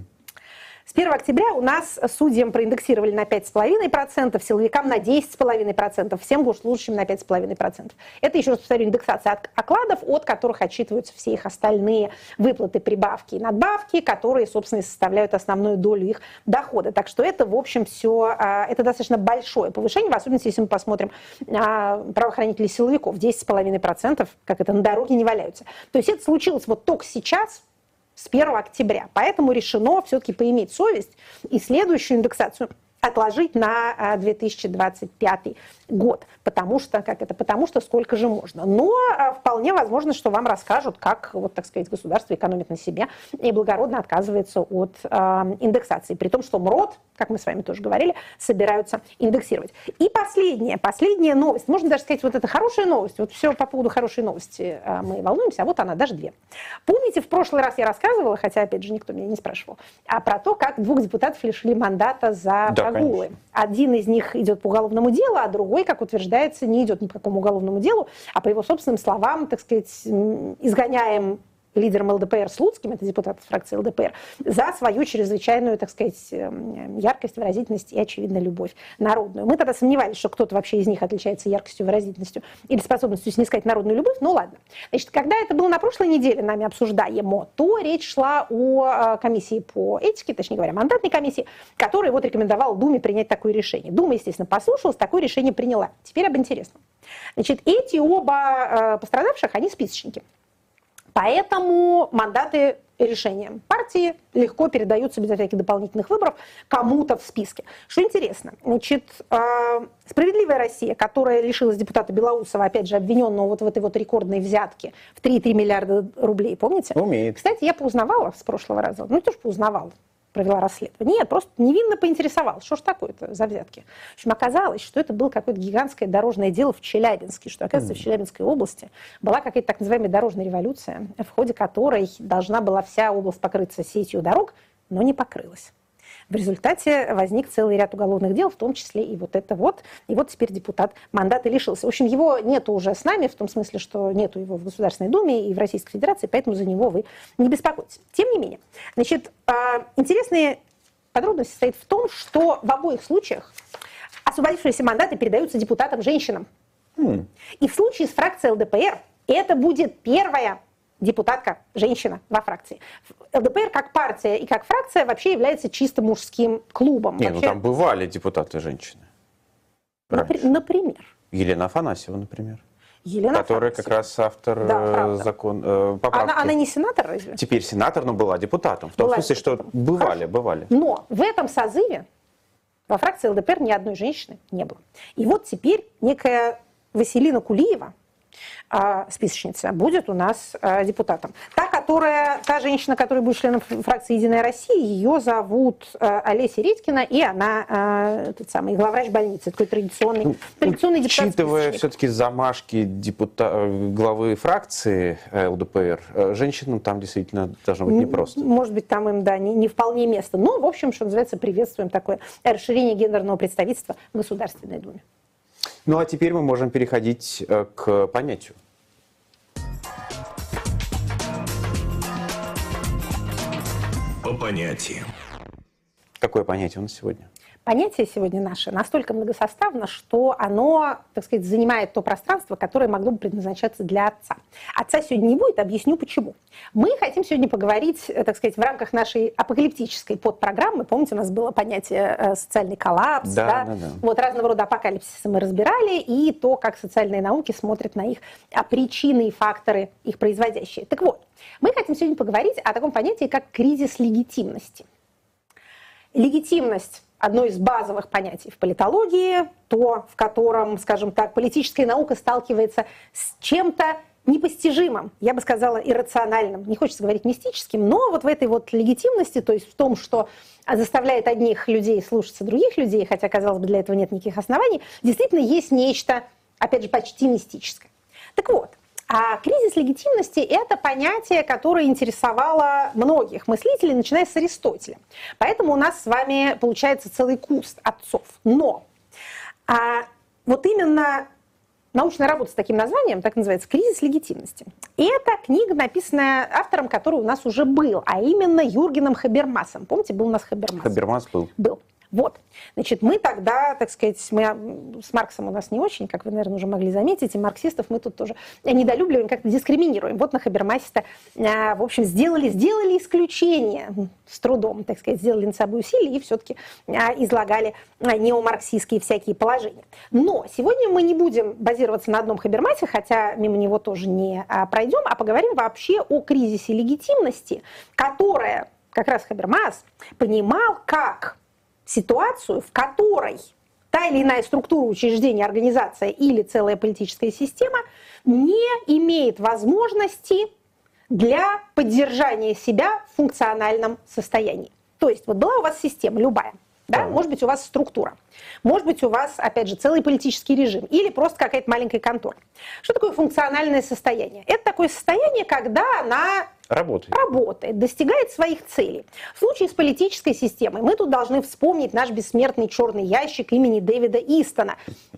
С 1 октября у нас судьям проиндексировали на 5,5%, силовикам на 10,5%, всем госслужащим на 5,5%. Это, еще раз повторю, индексация окладов, от которых отчитываются все их остальные выплаты, прибавки и надбавки, которые, собственно, составляют основную долю их дохода. Так что это, в общем, все, это достаточно большое повышение, в особенности, если мы посмотрим правоохранителей силовиков, 10,5%, как это, на дороге не валяются. То есть это случилось вот только сейчас, с 1 октября. Поэтому решено все-таки поиметь совесть и следующую индексацию отложить на 2025 год. Потому что сколько же можно. Но вполне возможно, что вам расскажут, как, вот, так сказать, государство экономит на себе и благородно отказывается от индексации. При том, что МРОТ, как мы с вами тоже говорили, собираются индексировать. И последняя новость. Можно даже сказать, вот это хорошая новость. Вот все по поводу хорошей новости мы волнуемся, а вот она, даже 2. Помните, в прошлый раз я рассказывала, хотя, опять же, никто меня не спрашивал, про то, как 2 депутатов лишили мандата за прогулы. Конечно. Один из них идет по уголовному делу, а другой, как утверждается, не идет ни по какому уголовному делу, а по его собственным словам, так сказать, изгоняем лидером ЛДПР Слуцким, это депутат фракции ЛДПР, за свою чрезвычайную, так сказать, яркость, выразительность и, очевидно, любовь народную. Мы тогда сомневались, что кто-то вообще из них отличается яркостью, выразительностью или способностью снискать народную любовь, ну ладно. Значит, когда это было на прошлой неделе нами обсуждаемо, то речь шла о комиссии по этике, точнее говоря, мандатной комиссии, которая вот рекомендовала Думе принять такое решение. Дума, естественно, послушалась, такое решение приняла. Теперь об интересном. Значит, эти оба пострадавших, они списочники. Поэтому мандаты решением партии легко передаются безо всяких дополнительных выборов кому-то в списке. Что интересно, значит, «Справедливая Россия», которая лишилась депутата Белоусова, опять же, обвиненного вот в этой вот рекордной взятке в 3,3 миллиарда рублей, помните? Умеет. Кстати, я поузнавала с прошлого раза, ну, тоже поузнавала. Провела расследование. Нет, просто невинно поинтересовалась, что ж такое-то за взятки. В общем, оказалось, что это было какое-то гигантское дорожное дело в Челябинске, что, оказывается, в Челябинской области была какая-то так называемая дорожная революция, в ходе которой должна была вся область покрыться сетью дорог, но не покрылась. В результате возник целый ряд уголовных дел, в том числе и вот это вот. И вот теперь депутат мандата лишился. В общем, его нету уже с нами, в том смысле, что нету его в Государственной Думе и в Российской Федерации, поэтому за него вы не беспокойтесь. Тем не менее, значит, интересные подробности состоят в том, что в обоих случаях освободившиеся мандаты передаются депутатам-женщинам. И в случае с фракцией ЛДПР это будет первая депутатка, женщина во фракции. ЛДПР как партия и как фракция вообще является чисто мужским клубом. Не, вообще... ну там бывали депутаты-женщины. Например? Елена Афанасьева, например. Которая как раз автор поправки. Она не сенатор, разве? Теперь сенатор, но была депутатом. В том смысле, что бывали. Но в этом созыве Во фракции ЛДПР ни одной женщины не было. И вот теперь некая Василина Кулиева, списочница, будет у нас депутатом. Та женщина, которая будет членом фракции «Единая Россия», ее зовут Олеся Редькина, и она главврач больницы, такой традиционный депутат. Учитывая все-таки замашки главы фракции ЛДПР, женщинам там действительно должно быть непросто. Может быть, там им, не вполне место. Но, в общем, что называется, приветствуем такое расширение гендерного представительства в Государственной Думе. Ну а теперь мы можем переходить к понятию. По понятиям. Какое понятие у нас сегодня? Понятие сегодня наше настолько многосоставно, что оно, так сказать, занимает то пространство, которое могло бы предназначаться для отца. Отца сегодня не будет, объясню почему. Мы хотим сегодня поговорить, так сказать, в рамках нашей апокалиптической подпрограммы. Помните, у нас было понятие социальный коллапс, да. Вот разного рода апокалипсисы мы разбирали, и то, как социальные науки смотрят на их причины и факторы, их производящие. Так вот, мы хотим сегодня поговорить о таком понятии, как кризис легитимности. Легитимность – одно из базовых понятий в политологии, то, в котором, скажем так, политическая наука сталкивается с чем-то непостижимым, я бы сказала, иррациональным, не хочется говорить мистическим, но вот в этой вот легитимности, то есть в том, что заставляет одних людей слушаться других людей, хотя, казалось бы, для этого нет никаких оснований, действительно есть нечто, опять же, почти мистическое. Так вот, а кризис легитимности – это понятие, которое интересовало многих мыслителей, начиная с Аристотеля. Поэтому у нас с вами получается целый куст отцов. Но вот именно научная работа с таким названием, так называется, «Кризис легитимности». И это книга, написанная автором, который у нас уже был, а именно Юргеном Хабермасом. Помните, был у нас Хабермас? Хабермас был. Был. Вот. Значит, мы тогда, так сказать, с Марксом у нас не очень, как вы, наверное, уже могли заметить, и марксистов мы тут тоже недолюбливаем, как-то дискриминируем. Вот на Хабермасе-то, в общем, сделали исключение с трудом, так сказать, сделали над собой усилия и все-таки излагали неомарксистские всякие положения. Но сегодня мы не будем базироваться на одном Хабермасе, хотя мимо него тоже не пройдем, а поговорим вообще о кризисе легитимности, которое как раз Хабермас понимал как ситуацию, в которой та или иная структура, учреждения, организация или целая политическая система не имеет возможности для поддержания себя в функциональном состоянии. То есть вот была у вас система любая, да? Может быть, у вас структура, может быть, у вас, опять же, целый политический режим или просто какая-то маленькая контора. Что такое функциональное состояние? Это такое состояние, когда она работает, достигает своих целей. В случае с политической системой мы тут должны вспомнить наш бессмертный черный ящик имени Дэвида Истона.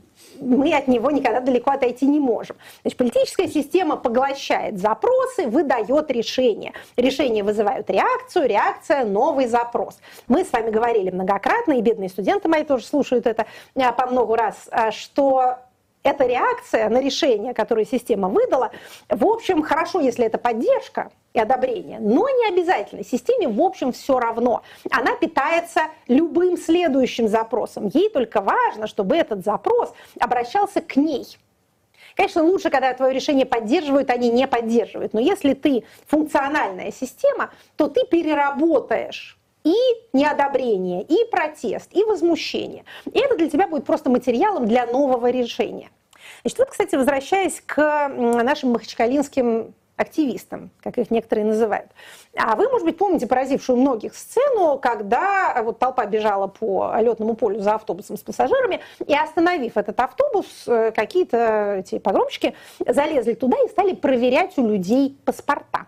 Мы от него никогда далеко отойти не можем. Значит, политическая система поглощает запросы, выдает решения. Решения вызывают реакцию, реакция – новый запрос. Мы с вами говорили многократно, и бедные студенты мои тоже слушают это по много раз, что эта реакция на решение, которое система выдала, в общем, хорошо, если это поддержка и одобрение, но не обязательно. Системе, в общем, все равно. Она питается любым следующим запросом. Ей только важно, чтобы этот запрос обращался к ней. Конечно, лучше, когда твое решение поддерживают, а не поддерживают. Но если ты функциональная система, то ты переработаешь и неодобрение, и протест, и возмущение. И это для тебя будет просто материалом для нового решения. Значит, вот, кстати, возвращаясь к нашим махачкалинским активистам, как их некоторые называют. А вы, может быть, помните поразившую многих сцену, когда вот толпа бежала по летному полю за автобусом с пассажирами, и, остановив этот автобус, какие-то эти погромщики залезли туда и стали проверять у людей паспорта.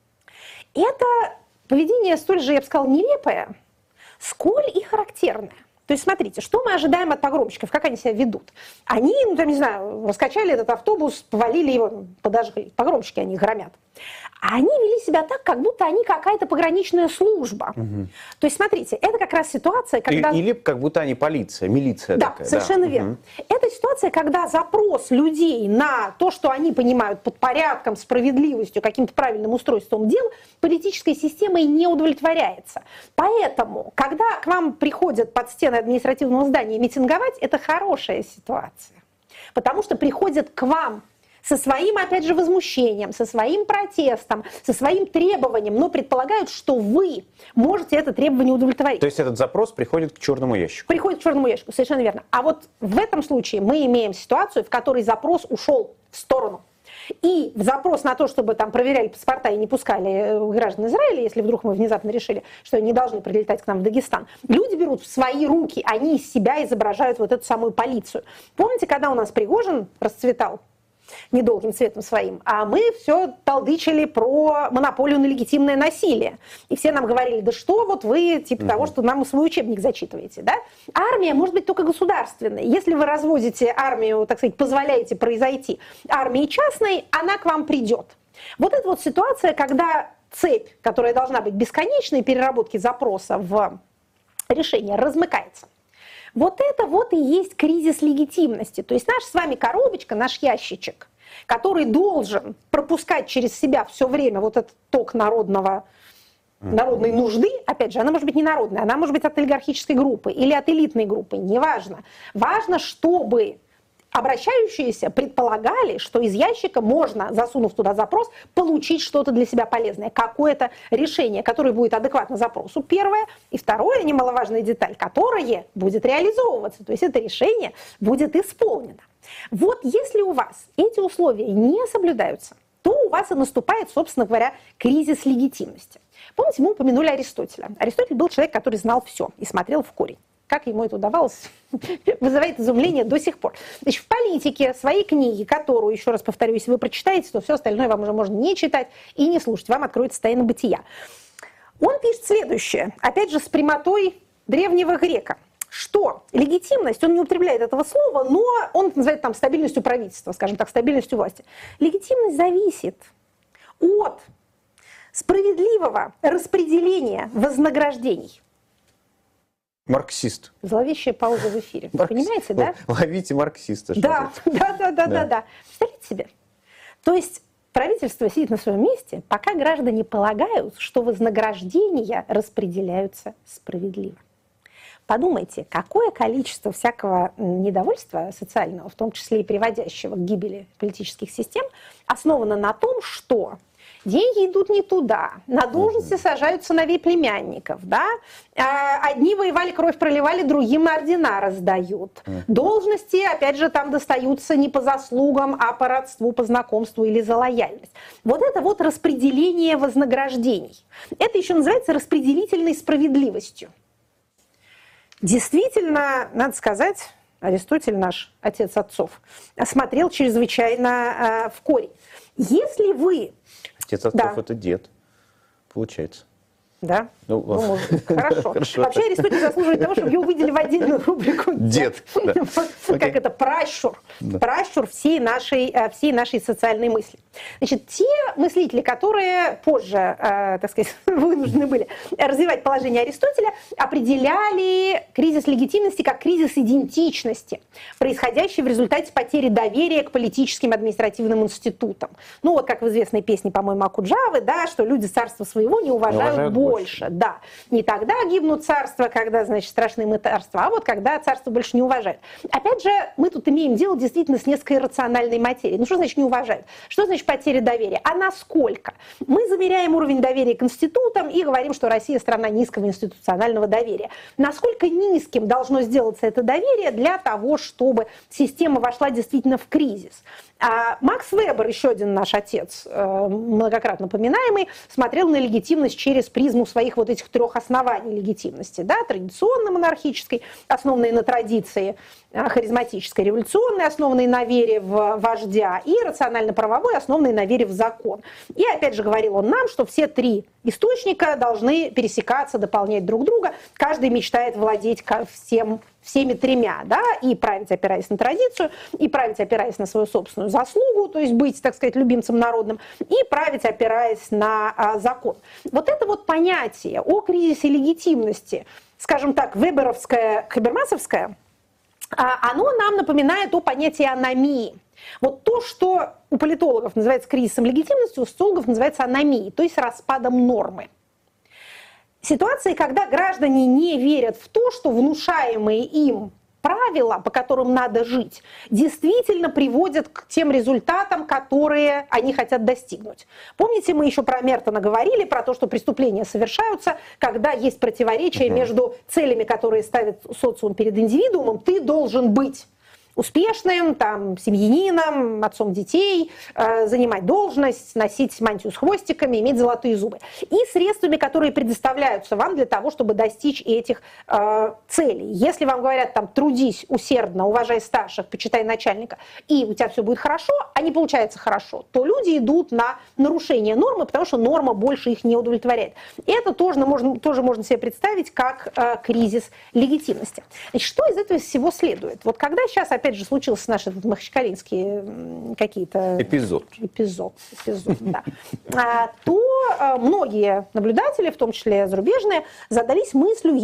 Это поведение столь же, я бы сказала, нелепое, сколь и характерное. То есть, смотрите, что мы ожидаем от погромщиков, как они себя ведут. Они, не знаю, раскачали этот автобус, повалили его, подожгли. Погромщики, они громят. А они вели себя так, как будто они какая-то пограничная служба. Угу. То есть, смотрите, это как раз ситуация, когда... Или как будто они полиция, милиция да, такая. Совершенно верно. Это ситуация, когда запрос людей на то, что они понимают под порядком, справедливостью, каким-то правильным устройством дел, политической системой не удовлетворяется. Поэтому, когда к вам приходят под стены административного здания митинговать, это хорошая ситуация. Потому что приходят к вам со своим, опять же, возмущением, со своим протестом, со своим требованием, но предполагают, что вы можете это требование удовлетворить. То есть этот запрос приходит к черному ящику? Приходит к черному ящику, совершенно верно. А вот в этом случае мы имеем ситуацию, в которой запрос ушел в сторону. И запрос на то, чтобы там проверяли паспорта и не пускали граждан Израиля, если вдруг мы внезапно решили, что они не должны прилетать к нам в Дагестан, люди берут в свои руки, они из себя изображают вот эту самую полицию. Помните, когда у нас Пригожин расцветал недолгим цветом своим, а мы все толдычили про монополию на легитимное насилие. И все нам говорили, да что вот вы, типа того, что нам свой учебник зачитываете, да? Армия может быть только государственной. Если вы разводите армию, так сказать, позволяете произойти армии частной, она к вам придет. Вот эта вот ситуация, когда цепь, которая должна быть бесконечной переработки запроса в решение, размыкается. Вот это вот и есть кризис легитимности. То есть наша с вами коробочка, наш ящичек, который должен пропускать через себя все время вот этот ток народной нужды, опять же, она может быть не народная, она может быть от олигархической группы или от элитной группы, неважно. Важно, чтобы обращающиеся предполагали, что из ящика можно, засунув туда запрос, получить что-то для себя полезное, какое-то решение, которое будет адекватно запросу, первое. И второе, немаловажная деталь, которое будет реализовываться, то есть это решение будет исполнено. Вот если у вас эти условия не соблюдаются, то у вас и наступает, собственно говоря, кризис легитимности. Помните, мы упомянули Аристотеля. Аристотель был человек, который знал все и смотрел в корень. Как ему это удавалось, вызывает изумление до сих пор. Значит, в политике своей книги, которую, еще раз повторю, если вы прочитаете, то все остальное вам уже можно не читать и не слушать. Вам откроется тайна бытия. Он пишет следующее, опять же, с прямотой древнего грека, что легитимность, он не употребляет этого слова, но он это называет там стабильностью правительства, скажем так, стабильностью власти. Легитимность зависит от справедливого распределения вознаграждений. Марксист. Зловещая пауза в эфире. Понимаете, да? Ловите марксиста. Да. Представляете себе? То есть правительство сидит на своем месте, пока граждане полагают, что вознаграждения распределяются справедливо. Подумайте, какое количество всякого недовольства социального, в том числе и приводящего к гибели политических систем, основано на том, что деньги идут не туда, на должности сажают сыновей племянников, да? Одни воевали, кровь проливали, другим ордена раздают. Должности, опять же, там достаются не по заслугам, а по родству, по знакомству или за лояльность. Вот это вот распределение вознаграждений. Это еще называется распределительной справедливостью. Действительно, надо сказать, Аристотель, наш отец отцов, смотрел чрезвычайно в корень. Если вы... Отец отцов это дед, получается. Да? Ну, может быть. Хорошо. Вообще Аристотель заслуживает того, чтобы его выделили в отдельную рубрику «Дед». Как это? Пращур. Пращур всей нашей социальной мысли. Значит, те мыслители, которые позже, так сказать, вынуждены были развивать положение Аристотеля, определяли кризис легитимности как кризис идентичности, происходящий в результате потери доверия к политическим и административным институтам. Ну вот, как в известной песне, по-моему, Акуджавы, да, что люди царства своего не уважают больше. Да. Не тогда гибнут царства, когда, значит, страшные мытарства, а вот когда царство больше не уважают. Опять же, мы тут имеем дело действительно с несколько иррациональной материей. Ну что значит не уважают? Что значит потеря доверия? А насколько? Мы замеряем уровень доверия к институтам и говорим, что Россия страна низкого институционального доверия. Насколько низким должно сделаться это доверие для того, чтобы система вошла действительно в кризис? Макс Вебер, еще один наш отец, многократно поминаемый, смотрел на легитимность через призму своих вот этих трех оснований легитимности. Да? Традиционно-монархической, основанной на традиции, харизматической, революционной, основанной на вере в вождя, и рационально-правовой, основанной на вере в закон. И опять же говорил он нам, что все три источника должны пересекаться, дополнять друг друга. Каждый мечтает владеть всеми тремя, да, и править, опираясь на традицию, и править, опираясь на свою собственную заслугу, то есть быть, так сказать, любимцем народным, и править, опираясь на закон. Вот это вот понятие о кризисе легитимности, скажем так, веберовское, хабермасовское, оно нам напоминает о понятии аномии. Вот то, что у политологов называется кризисом легитимности, у социологов называется аномией, то есть распадом нормы. Ситуации, когда граждане не верят в то, что внушаемые им правила, по которым надо жить, действительно приводят к тем результатам, которые они хотят достигнуть. Помните, мы еще про Мертона говорили, про то, что преступления совершаются, когда есть противоречие между целями, которые ставит социум перед индивидуумом. Ты должен быть успешным, там, семьянином, отцом детей, занимать должность, носить мантию с хвостиками, иметь золотые зубы. И средствами, которые предоставляются вам для того, чтобы достичь этих целей. Если вам говорят, там, трудись усердно, уважай старших, почитай начальника, и у тебя все будет хорошо, а не получается хорошо, то люди идут на нарушение нормы, потому что норма больше их не удовлетворяет. И это тоже можно себе представить как кризис легитимности. Значит, что из этого всего следует? Вот когда сейчас опять же, случился наш этот махачкалинский какие-то... Эпизод, да. То многие наблюдатели, в том числе зарубежные, задались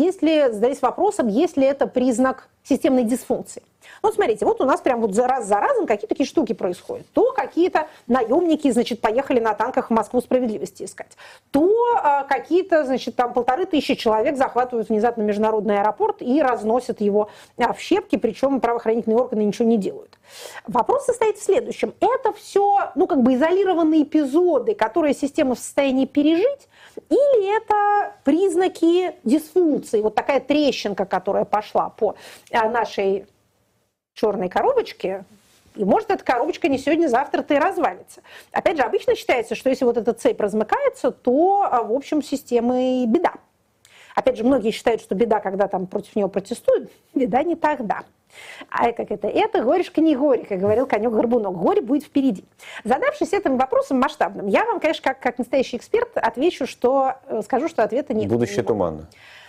вопросом, есть ли это признак системной дисфункции. Вот смотрите, вот у нас прям вот раз за разом какие-то такие штуки происходят. То какие-то наемники, значит, поехали на танках в Москву справедливости искать. То какие-то, значит, там 1500 человек захватывают внезапно международный аэропорт и разносят его в щепки, причем правоохранительные органы ничего не делают. Вопрос состоит в следующем. Это все, как бы изолированные эпизоды, которые система в состоянии пережить, или это признаки дисфункции? Вот такая трещинка, которая пошла по нашей черной коробочке, и может эта коробочка не сегодня-завтра-то и развалится. Опять же, обычно считается, что если вот эта цепь размыкается, то, в общем, системы беда. Опять же, многие считают, что беда, когда там против нее протестуют, беда не тогда. А это горюшка не горе, как говорил конек-горбунок. Горе будет впереди. Задавшись этим вопросом масштабным, я вам, конечно, как настоящий эксперт скажу, что ответа нет. Будущее туманно.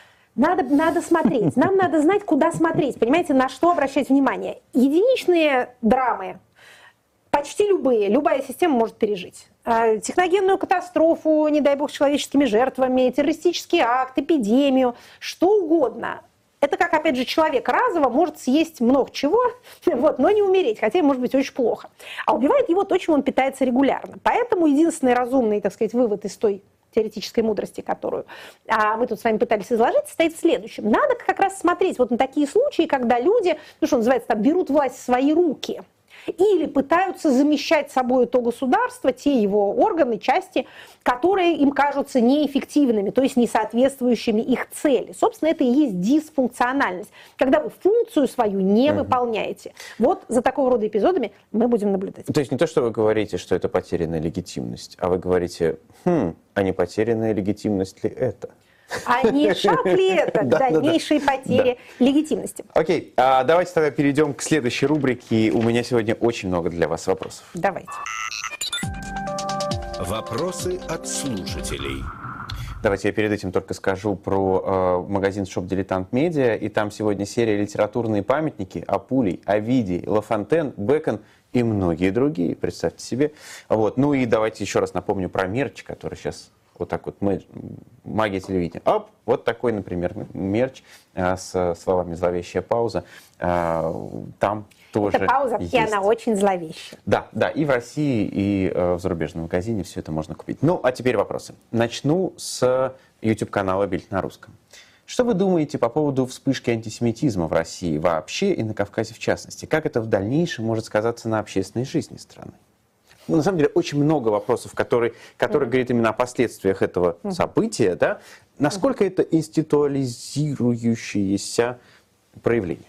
Надо смотреть. Нам надо знать, куда смотреть. Понимаете, на что обращать внимание. Единичные драмы, почти любая система может пережить. Техногенную катастрофу, не дай бог, с человеческими жертвами, террористический акт, эпидемию, что угодно. Это как, опять же, человек разово может съесть много чего, но не умереть, хотя может быть очень плохо. А убивает его то, чем он питается регулярно. Поэтому единственный разумный, вывод из той теоретической мудрости, которую мы тут с вами пытались изложить, состоит в следующем. Надо как раз смотреть вот на такие случаи, когда люди, что называется, берут власть в свои руки или пытаются замещать собой то государство, те его органы, части, которые им кажутся неэффективными, то есть не соответствующими их цели. Собственно, это и есть дисфункциональность, когда вы функцию свою не выполняете. Вот за такого рода эпизодами мы будем наблюдать. То есть не то, что вы говорите, что это потерянная легитимность, а вы говорите, а не потерянная легитимность ли это? А не шаг ли это к дальнейшей потере легитимности? Окей, давайте тогда перейдем к следующей рубрике. У меня сегодня очень много для вас вопросов. Давайте. Вопросы от слушателей. Давайте я перед этим только скажу про магазин Shop Dilettant Media. И там сегодня серия «Литературные памятники» Апулей, Овидий, Ла Фонтен, Бэкон и многие другие, представьте себе. Ну и давайте еще раз напомню про мерч, который сейчас... Вот так вот, магия телевидения. Вот такой, например, мерч с словами «зловещая пауза». Там тоже это пауза, есть. И она очень зловещая. Да, и в России, и в зарубежном магазине все это можно купить. А теперь вопросы. Начну с YouTube-канала «Бильд на русском». Что вы думаете по поводу вспышки антисемитизма в России вообще и на Кавказе в частности? Как это в дальнейшем может сказаться на общественной жизни страны? На самом деле, очень много вопросов, которые говорят именно о последствиях этого события. Да? Насколько это институализирующееся проявление?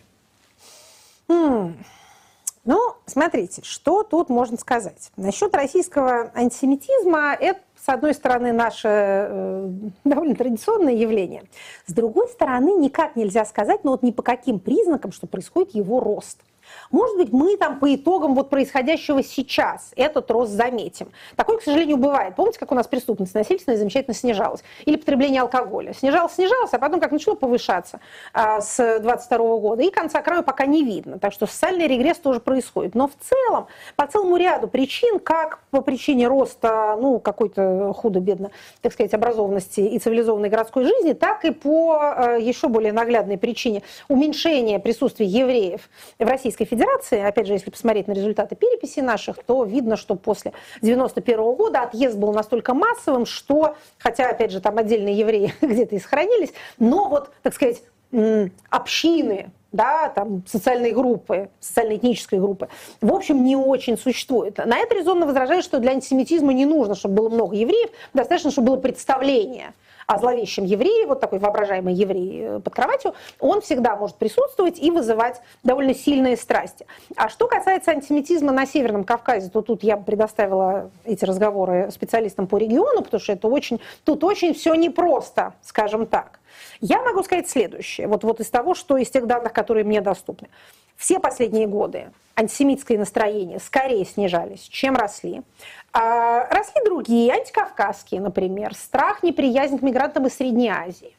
Смотрите, что тут можно сказать. Насчет российского антисемитизма, это, с одной стороны, наше довольно традиционное явление. С другой стороны, никак нельзя сказать, ни по каким признакам, что происходит его рост. Может быть, мы там по итогам происходящего сейчас этот рост заметим. Такое, к сожалению, бывает. Помните, как у нас преступность насильственная замечательно снижалась? Или потребление алкоголя. Снижалось, а потом как начало повышаться с 2022 года. И конца краю пока не видно. Так что социальный регресс тоже происходит. Но в целом, по целому ряду причин, как по причине роста какой-то худо-бедно, так сказать, образованности и цивилизованной городской жизни, так и по еще более наглядной причине уменьшения присутствия евреев в Российской Федерации. Опять же, если посмотреть на результаты переписи наших, то видно, что после 1991 года отъезд был настолько массовым, что, хотя, опять же, там отдельные евреи где-то и сохранились, но так сказать, общины да, там, социальной группы, социально-этнической группы, в общем, не очень существует. На это резонно возражают, что для антисемитизма не нужно, чтобы было много евреев, достаточно, чтобы было представление о зловещем еврее, вот такой воображаемый еврей под кроватью, он всегда может присутствовать и вызывать довольно сильные страсти. А что касается антисемитизма на Северном Кавказе, то тут я предоставила эти разговоры специалистам по региону, потому что тут очень все непросто, скажем так. Я могу сказать следующее, вот из того, что из тех данных, которые мне доступны. Все последние годы антисемитские настроения скорее снижались, чем росли. Росли другие, антикавказские, например, страх, неприязнь к мигрантам из Средней Азии,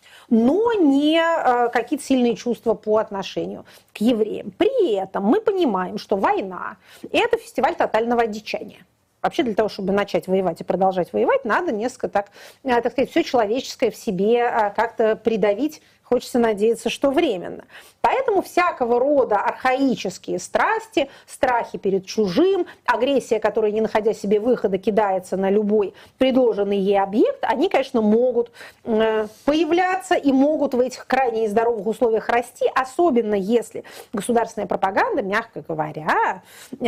но не какие-то сильные чувства по отношению к евреям. При этом мы понимаем, что война – это фестиваль тотального одичания. Вообще для того, чтобы начать воевать и продолжать воевать, надо несколько, так сказать, все человеческое в себе как-то придавить. Хочется надеяться, что временно. Поэтому всякого рода архаические страсти, страхи перед чужим, агрессия, которая, не находя себе выхода, кидается на любой предложенный ей объект, они, конечно, могут появляться и могут в этих крайне нездоровых условиях расти, особенно если государственная пропаганда, мягко говоря,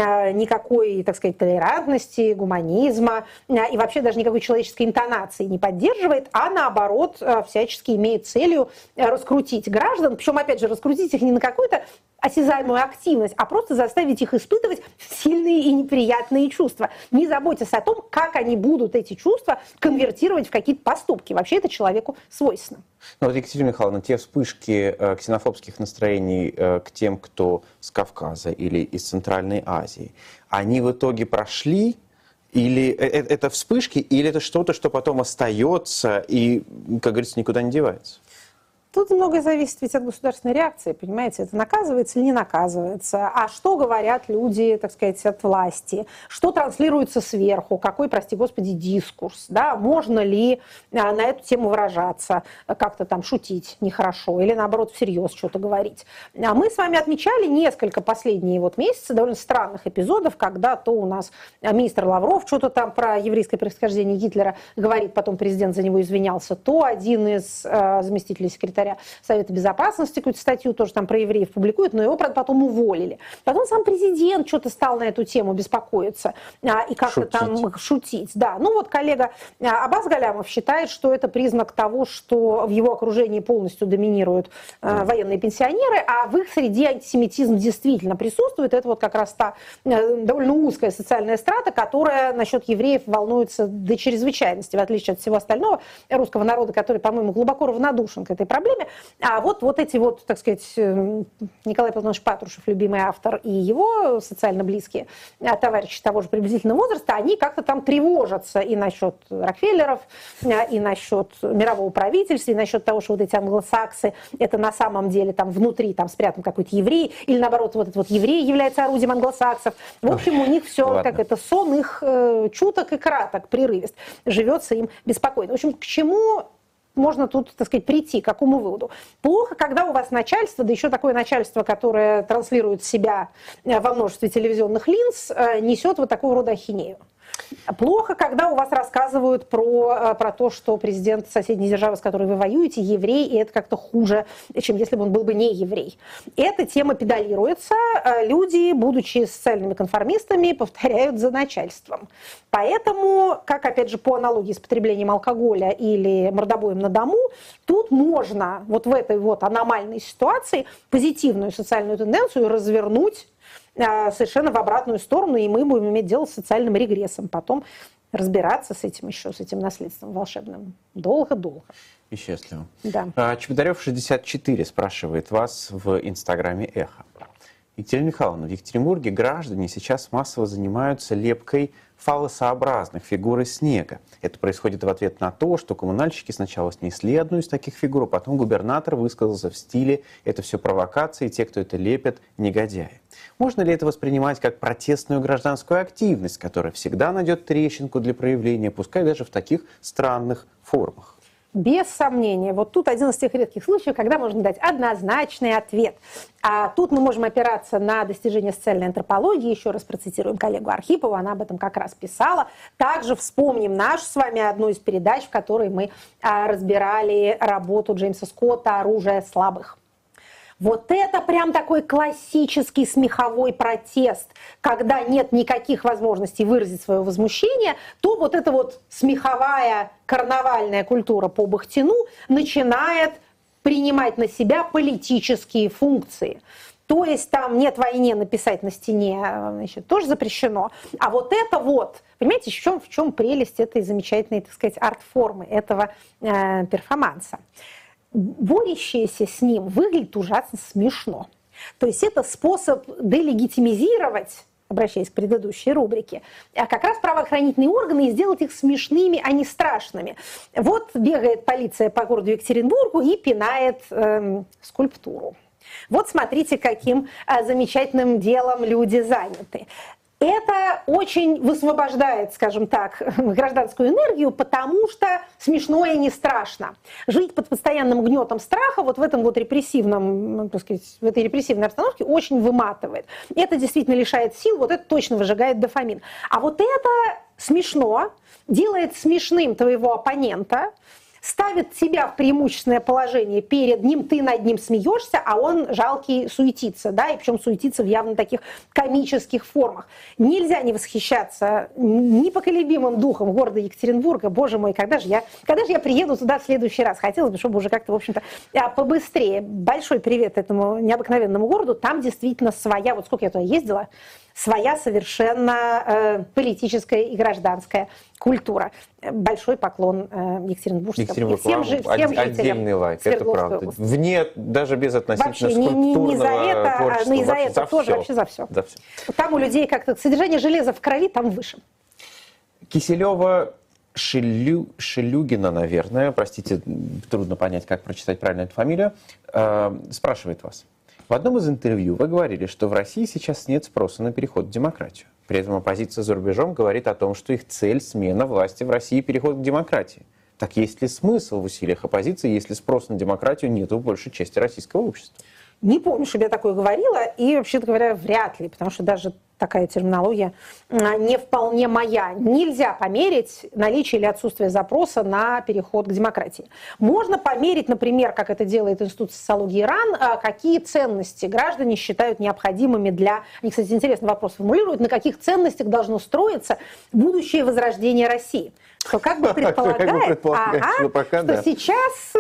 никакой, так сказать, толерантности, гуманизма и вообще даже никакой человеческой интонации не поддерживает, а наоборот всячески имеет целью раскрутить граждан, причем, опять же, раскрутить их не на какую-то осязаемую активность, а просто заставить их испытывать сильные и неприятные чувства, не заботясь о том, как они будут эти чувства конвертировать в какие-то поступки. Вообще это человеку свойственно. Ну, вот, Екатерина Михайловна, те вспышки ксенофобских настроений к тем, кто с Кавказа или из Центральной Азии, они в итоге прошли? Или это вспышки, или это что-то, что потом остается и, как говорится, никуда не девается? Тут многое зависит ведь от государственной реакции, понимаете, это наказывается или не наказывается, а что говорят люди, так сказать, от власти, что транслируется сверху, какой, прости господи, дискурс, да, можно ли на эту тему выражаться, как-то там шутить нехорошо или наоборот всерьез что-то говорить. А мы с вами отмечали несколько последние месяцы довольно странных эпизодов, когда то у нас министр Лавров что-то там про еврейское происхождение Гитлера говорит, потом президент за него извинялся, то один из заместителей секретаря Совета Безопасности какую-то статью тоже там про евреев публикует, но его, правда, потом уволили. Потом сам президент что-то стал на эту тему беспокоиться и как-то там шутить. Да. Ну вот коллега Аббас Галямов считает, что это признак того, что в его окружении полностью доминируют военные пенсионеры, а в их среде антисемитизм действительно присутствует. Это вот как раз та довольно узкая социальная страта, которая насчет евреев волнуется до чрезвычайности, в отличие от всего остального русского народа, который, по-моему, глубоко равнодушен к этой проблеме. А вот эти так сказать, Николай Платонович Патрушев, любимый автор, и его социально близкие товарищи того же приблизительного возраста, они как-то там тревожатся и насчет Рокфеллеров, и насчет мирового правительства, и насчет того, что вот эти англосаксы, это на самом деле там внутри там спрятан какой-то еврей, или наоборот, вот этот еврей является орудием англосаксов. В общем, у них все, как это, сон их чуток и краток, прерывист, живется им беспокойно. В общем, к чему можно тут, так сказать, прийти, к какому выводу? Плохо, когда у вас начальство, да еще такое начальство, которое транслирует себя во множестве телевизионных линз, несет вот такого рода ахинею. Плохо, когда у вас рассказывают про то, что президент соседней державы, с которой вы воюете, еврей, и это как-то хуже, чем если бы он был бы не еврей. Эта тема педалируется, люди, будучи социальными конформистами, повторяют за начальством. Поэтому, как, опять же, по аналогии с потреблением алкоголя или мордобоем на дому, тут можно вот в этой вот аномальной ситуации позитивную социальную тенденцию развернуть совершенно в обратную сторону, и мы будем иметь дело с социальным регрессом. Потом разбираться с этим еще, с этим наследством волшебным долго-долго. И счастливо. Да. Чеботарев 64 спрашивает вас в Инстаграме «Эхо». Екатерина Михайловна, в Екатеринбурге граждане сейчас массово занимаются лепкой фаллосообразных фигур из снега. Это происходит в ответ на то, что коммунальщики сначала снесли одну из таких фигур, а потом губернатор высказался в стиле «это все провокации, те, кто это лепят, негодяи». Можно ли это воспринимать как протестную гражданскую активность, которая всегда найдет трещинку для проявления, пускай даже в таких странных формах? Без сомнения. Вот тут один из тех редких случаев, когда можно дать однозначный ответ. А тут мы можем опираться на достижения социальной антропологии. Еще раз процитируем коллегу Архипову, она об этом как раз писала. Также вспомним нашу с вами одну из передач, в которой мы разбирали работу Джеймса Скотта «Оружие слабых». Вот это прям такой классический смеховой протест, когда нет никаких возможностей выразить свое возмущение, то вот эта вот смеховая карнавальная культура по Бахтину начинает принимать на себя политические функции. То есть там «нет войне» написать на стене, значит, тоже запрещено. А вот это вот, понимаете, в чем прелесть этой замечательной, так сказать, арт-формы, этого перформанса. Борющиеся с ним выглядит ужасно смешно. То есть это способ делегитимизировать, обращаясь к предыдущей рубрике, как раз правоохранительные органы и сделать их смешными, а не страшными. Вот бегает полиция по городу Екатеринбургу и пинает скульптуру. Вот смотрите, каким замечательным делом люди заняты. Это очень высвобождает, скажем так, гражданскую энергию, потому что смешно и не страшно. Жить под постоянным гнетом страха вот в этом вот репрессивном, так сказать, в этой репрессивной обстановке очень выматывает. Это действительно лишает сил, вот это точно выжигает дофамин. А вот это смешно, делает смешным твоего оппонента, ставит тебя в преимущественное положение перед ним, ты над ним смеешься, а он жалкий суетится, да, и причем суетится в явно таких комических формах. Нельзя не восхищаться непоколебимым духом города Екатеринбурга. Боже мой, когда же я приеду туда в следующий раз? Хотелось бы, чтобы уже как-то, в общем-то, побыстрее. Большой привет этому необыкновенному городу. Там действительно своя, вот сколько я туда ездила, своя совершенно политическая и гражданская культура. Большой поклон Екатеринбургскому. Всем отдельный лайк, это правда. Вне, даже без относительно скульптурного не за это, творчества. Но и за это тоже, вообще за все. Там у людей как-то содержание железа в крови там выше. Киселева Шелюгина, наверное, простите, трудно понять, как прочитать правильно эту фамилию, спрашивает вас. В одном из интервью вы говорили, что в России сейчас нет спроса на переход в демократию. При этом оппозиция за рубежом говорит о том, что их цель – смена власти в России и переход к демократии. Так есть ли смысл в усилиях оппозиции, если спроса на демократию нет в большей части российского общества? Не помню, чтобы я такое говорила, и, вообще-то говоря, вряд ли, потому что даже такая терминология не вполне моя. Нельзя померить наличие или отсутствие запроса на переход к демократии. Можно померить, например, как это делает Институт социологии РАН, какие ценности граждане считают необходимыми для... Они, кстати, интересный вопрос формулируют, на каких ценностях должно строиться будущее возрождение России. Что как бы предполагает, что сейчас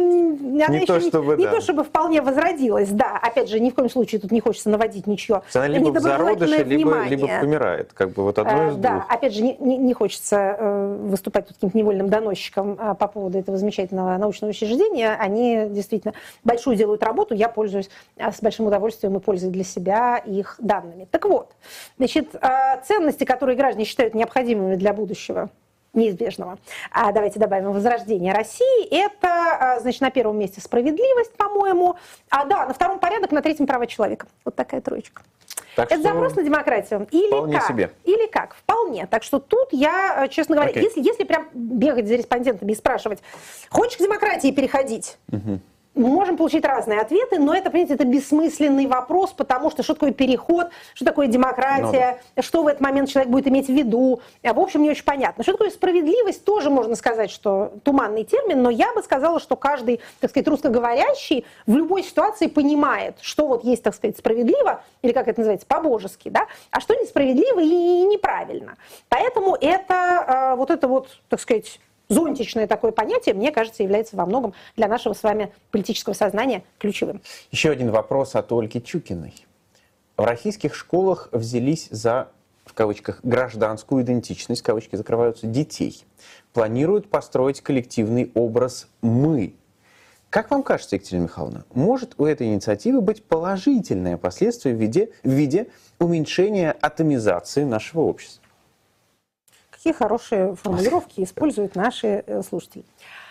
она не то чтобы вполне возродилась. Да, опять же, ни в коем случае тут не хочется наводить ничего. Она либо в зародыше, либо помирает. Как бы вот одно из двух. Да, опять же, не хочется выступать тут каким-то невольным доносчиком по поводу этого замечательного научного учреждения. Они действительно большую делают работу. Я пользуюсь с большим удовольствием и пользуюсь для себя их данными. Так вот, значит, ценности, которые граждане считают необходимыми для будущего, неизбежного. Давайте добавим возрождение России. Это, значит, на первом месте справедливость, по-моему. На втором порядок, на третьем права человека. Вот такая троечка. Так это запрос на демократию? Или как? Себе. Или как? Вполне. Так что тут я, честно говоря, если прям бегать за респондентами и спрашивать, хочешь к демократии переходить? Мы можем получить разные ответы, но это, понимаете, это бессмысленный вопрос, потому что такое переход, что такое демократия, что в этот момент человек будет иметь в виду. В общем, не очень понятно. Что такое справедливость, тоже можно сказать, что туманный термин, но я бы сказала, что каждый, так сказать, русскоговорящий в любой ситуации понимает, что вот есть, так сказать, справедливо, или как это называется, по-божески, да, а что несправедливо и неправильно. Поэтому это вот, так сказать, зонтичное такое понятие, мне кажется, является во многом для нашего с вами политического сознания ключевым. Еще один вопрос от Ольги Чукиной. В российских школах взялись за, в кавычках, гражданскую идентичность, кавычки закрываются, детей. Планируют построить коллективный образ «мы». Как вам кажется, Екатерина Михайловна, может у этой инициативы быть положительное последствие в виде уменьшения атомизации нашего общества? Какие хорошие формулировки используют наши слушатели.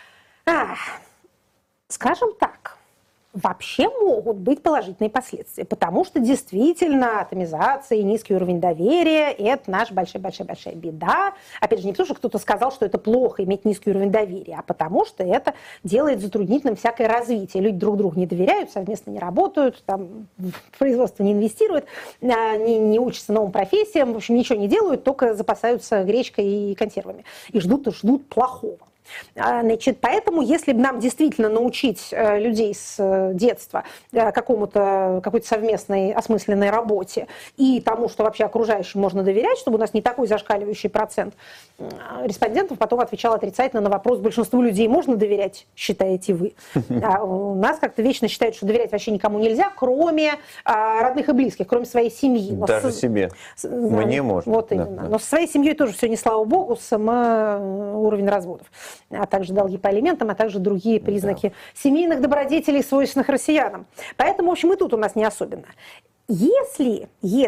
Скажем так, вообще могут быть положительные последствия, потому что действительно атомизация и низкий уровень доверия – это наша большая-большая беда. Опять же, не потому, что кто-то сказал, что это плохо иметь низкий уровень доверия, а потому что это делает затруднительным всякое развитие. Люди друг другу не доверяют, совместно не работают, там, в производство не инвестируют, не учатся новым профессиям, в общем, ничего не делают, только запасаются гречкой и консервами. И ждут плохого. Значит, поэтому, если бы нам действительно научить людей с детства какой-то совместной осмысленной работе и тому, что вообще окружающим можно доверять, чтобы у нас не такой зашкаливающий процент респондентов потом отвечал отрицательно на вопрос: большинству людей можно доверять, считаете вы? А у нас как-то вечно считают, что доверять вообще никому нельзя, кроме родных и близких, кроме своей семьи. Даже себе. Мне можно. Вот именно. Но со своей семьей тоже все не слава богу, уровень разводов, а также долги по алиментам, а также другие признаки семейных добродетелей, свойственных россиянам. Поэтому, в общем, и тут у нас не особенно. Если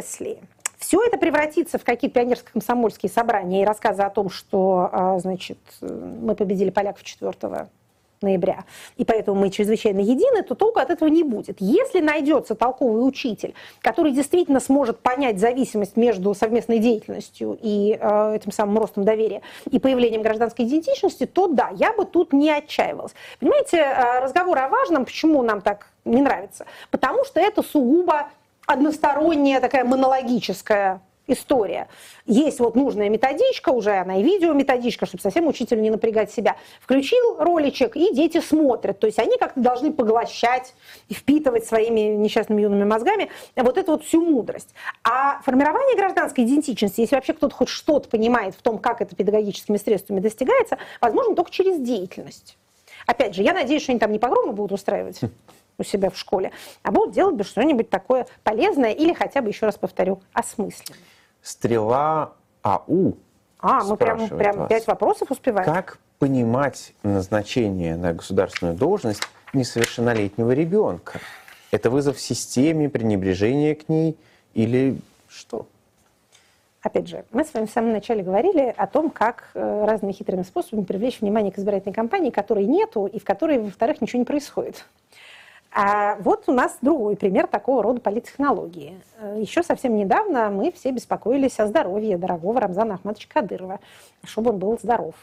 все это превратится в какие-то пионерско-комсомольские собрания и рассказы о том, что, значит, мы победили поляков 4 ноября, и поэтому мы чрезвычайно едины, то толку от этого не будет. Если найдется толковый учитель, который действительно сможет понять зависимость между совместной деятельностью и этим самым ростом доверия и появлением гражданской идентичности, то да, я бы тут не отчаивалась. Понимаете, разговор о важном, почему нам так не нравится? Потому что это сугубо односторонняя такая монологическая история. Есть вот нужная методичка, уже она и видеометодичка, чтобы совсем учителю не напрягать себя. Включил роличек, и дети смотрят. То есть они как-то должны поглощать и впитывать своими несчастными юными мозгами вот эту вот всю мудрость. А формирование гражданской идентичности, если вообще кто-то хоть что-то понимает в том, как это педагогическими средствами достигается, возможно только через деятельность. Опять же, я надеюсь, что они там не погромы будут устраивать у себя в школе, а будут делать бы что-нибудь такое полезное или хотя бы, еще раз повторю, осмысленное. Стрела АУ. Мы прям 5 вопросов успеваем. Как понимать назначение на государственную должность несовершеннолетнего ребенка? Это вызов системе, пренебрежение к ней или что? Опять же, мы с вами в самом начале говорили о том, как разными хитрыми способами привлечь внимание к избирательной кампании, которой нету и в которой, во-вторых, ничего не происходит. А вот у нас другой пример такого рода политтехнологии. Еще совсем недавно мы все беспокоились о здоровье дорогого Рамзана Ахматовича Кадырова, чтобы он был здоров.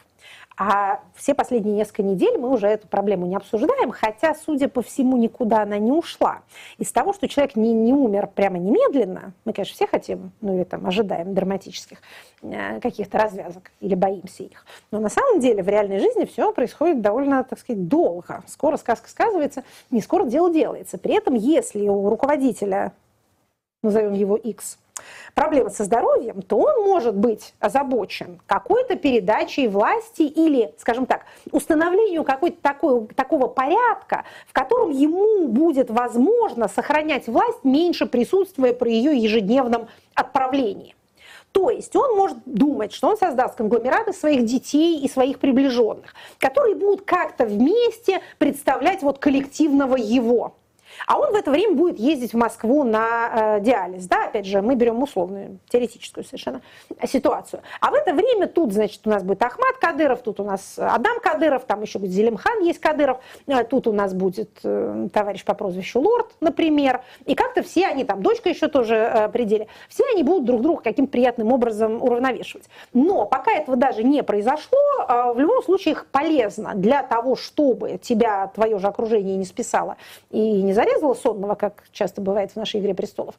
А все последние несколько недель мы уже эту проблему не обсуждаем, хотя, судя по всему, никуда она не ушла. Из того, что человек не умер прямо немедленно, мы, конечно, все хотим, или там ожидаем драматических каких-то развязок или боимся их. Но на самом деле в реальной жизни все происходит довольно, так сказать, долго. Скоро сказка сказывается, не скоро дело делается. При этом, если у руководителя, назовем его X, проблемы со здоровьем, то он может быть озабочен какой-то передачей власти или, скажем так, установлением какого-то такого порядка, в котором ему будет возможно сохранять власть, меньше присутствуя при ее ежедневном отправлении. То есть он может думать, что он создаст конгломерат из своих детей и своих приближенных, которые будут как-то вместе представлять вот коллективного его. А он в это время будет ездить в Москву на диализ. Да, опять же, мы берем условную, теоретическую совершенно ситуацию. А в это время тут, значит, у нас будет Ахмат Кадыров, тут у нас Адам Кадыров, там еще будет Зелимхан есть Кадыров, тут у нас будет товарищ по прозвищу Лорд, например. И как-то все они, там дочка еще тоже при деле, все они будут друг друга каким-то приятным образом уравновешивать. Но пока этого даже не произошло, в любом случае их полезно для того, чтобы тебя твое же окружение не списало и не зарезало сонного, как часто бывает в нашей «Игре престолов»,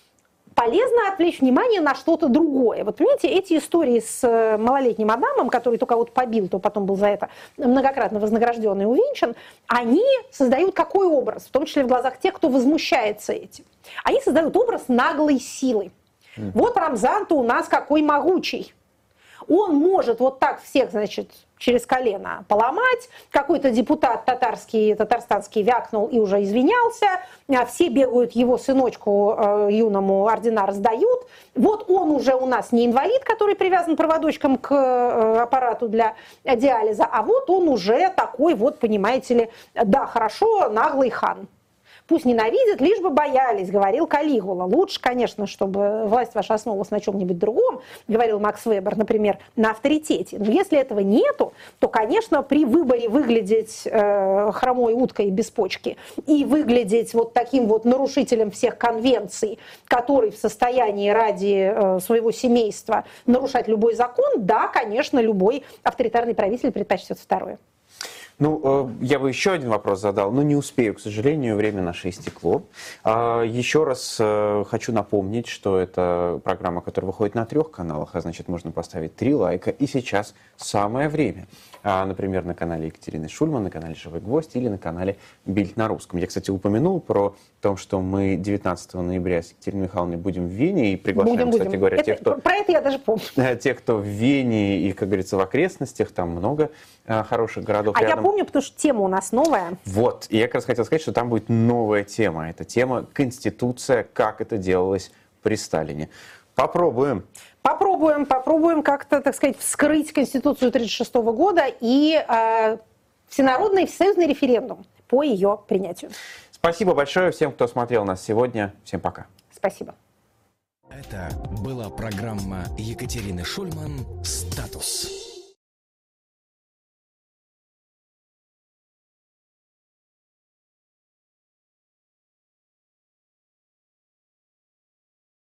полезно отвлечь внимание на что-то другое. Вот понимаете, эти истории с малолетним Адамом, который то кого-то побил, то потом был за это многократно вознагражден и увенчан, они создают какой образ, в том числе в глазах тех, кто возмущается этим? Они создают образ наглой силы. Вот Рамзан-то у нас какой могучий. Он может вот так всех, значит, через колено поломать. Какой-то депутат татарстанский вякнул и уже извинялся. Все бегают его сыночку юному ордена раздают. Вот он уже у нас не инвалид, который привязан проводочком к аппарату для диализа, а вот он уже такой вот, понимаете ли, да, хорошо, наглый хан. Пусть ненавидят, лишь бы боялись, говорил Калигула. Лучше, конечно, чтобы власть ваша основывалась на чем-нибудь другом, говорил Макс Вебер, например, на авторитете. Но если этого нету, то, конечно, при выборе выглядеть хромой уткой без почки и выглядеть вот таким вот нарушителем всех конвенций, который в состоянии ради своего семейства нарушать любой закон, да, конечно, любой авторитарный правитель предпочтет второе. Ну, я бы еще один вопрос задал, но не успею, к сожалению, время наше истекло. Еще раз хочу напомнить, что это программа, которая выходит на 3 каналах, а значит, можно поставить 3 лайка. И сейчас самое время. Например, на канале Екатерины Шульман, на канале «Живой гвоздь» или на канале «Бильд на русском». Я, кстати, упомянул про то, что мы 19 ноября с Екатериной Михайловной будем в Вене и приглашаем, кстати говоря, тех, кто... Про это я даже помню. Тех, кто в Вене и, как говорится, в окрестностях, там много хороших городов рядом. Я помню, потому что тема у нас новая. Вот, и я как раз хотел сказать, что там будет новая тема. Это тема «Конституция. Как это делалось при Сталине». Попробуем. Попробуем как-то, так сказать, вскрыть Конституцию 1936 года и всенародный всесоюзный референдум по ее принятию. Спасибо большое всем, кто смотрел нас сегодня. Всем пока. Спасибо. Это была программа Екатерины Шульман «Статус».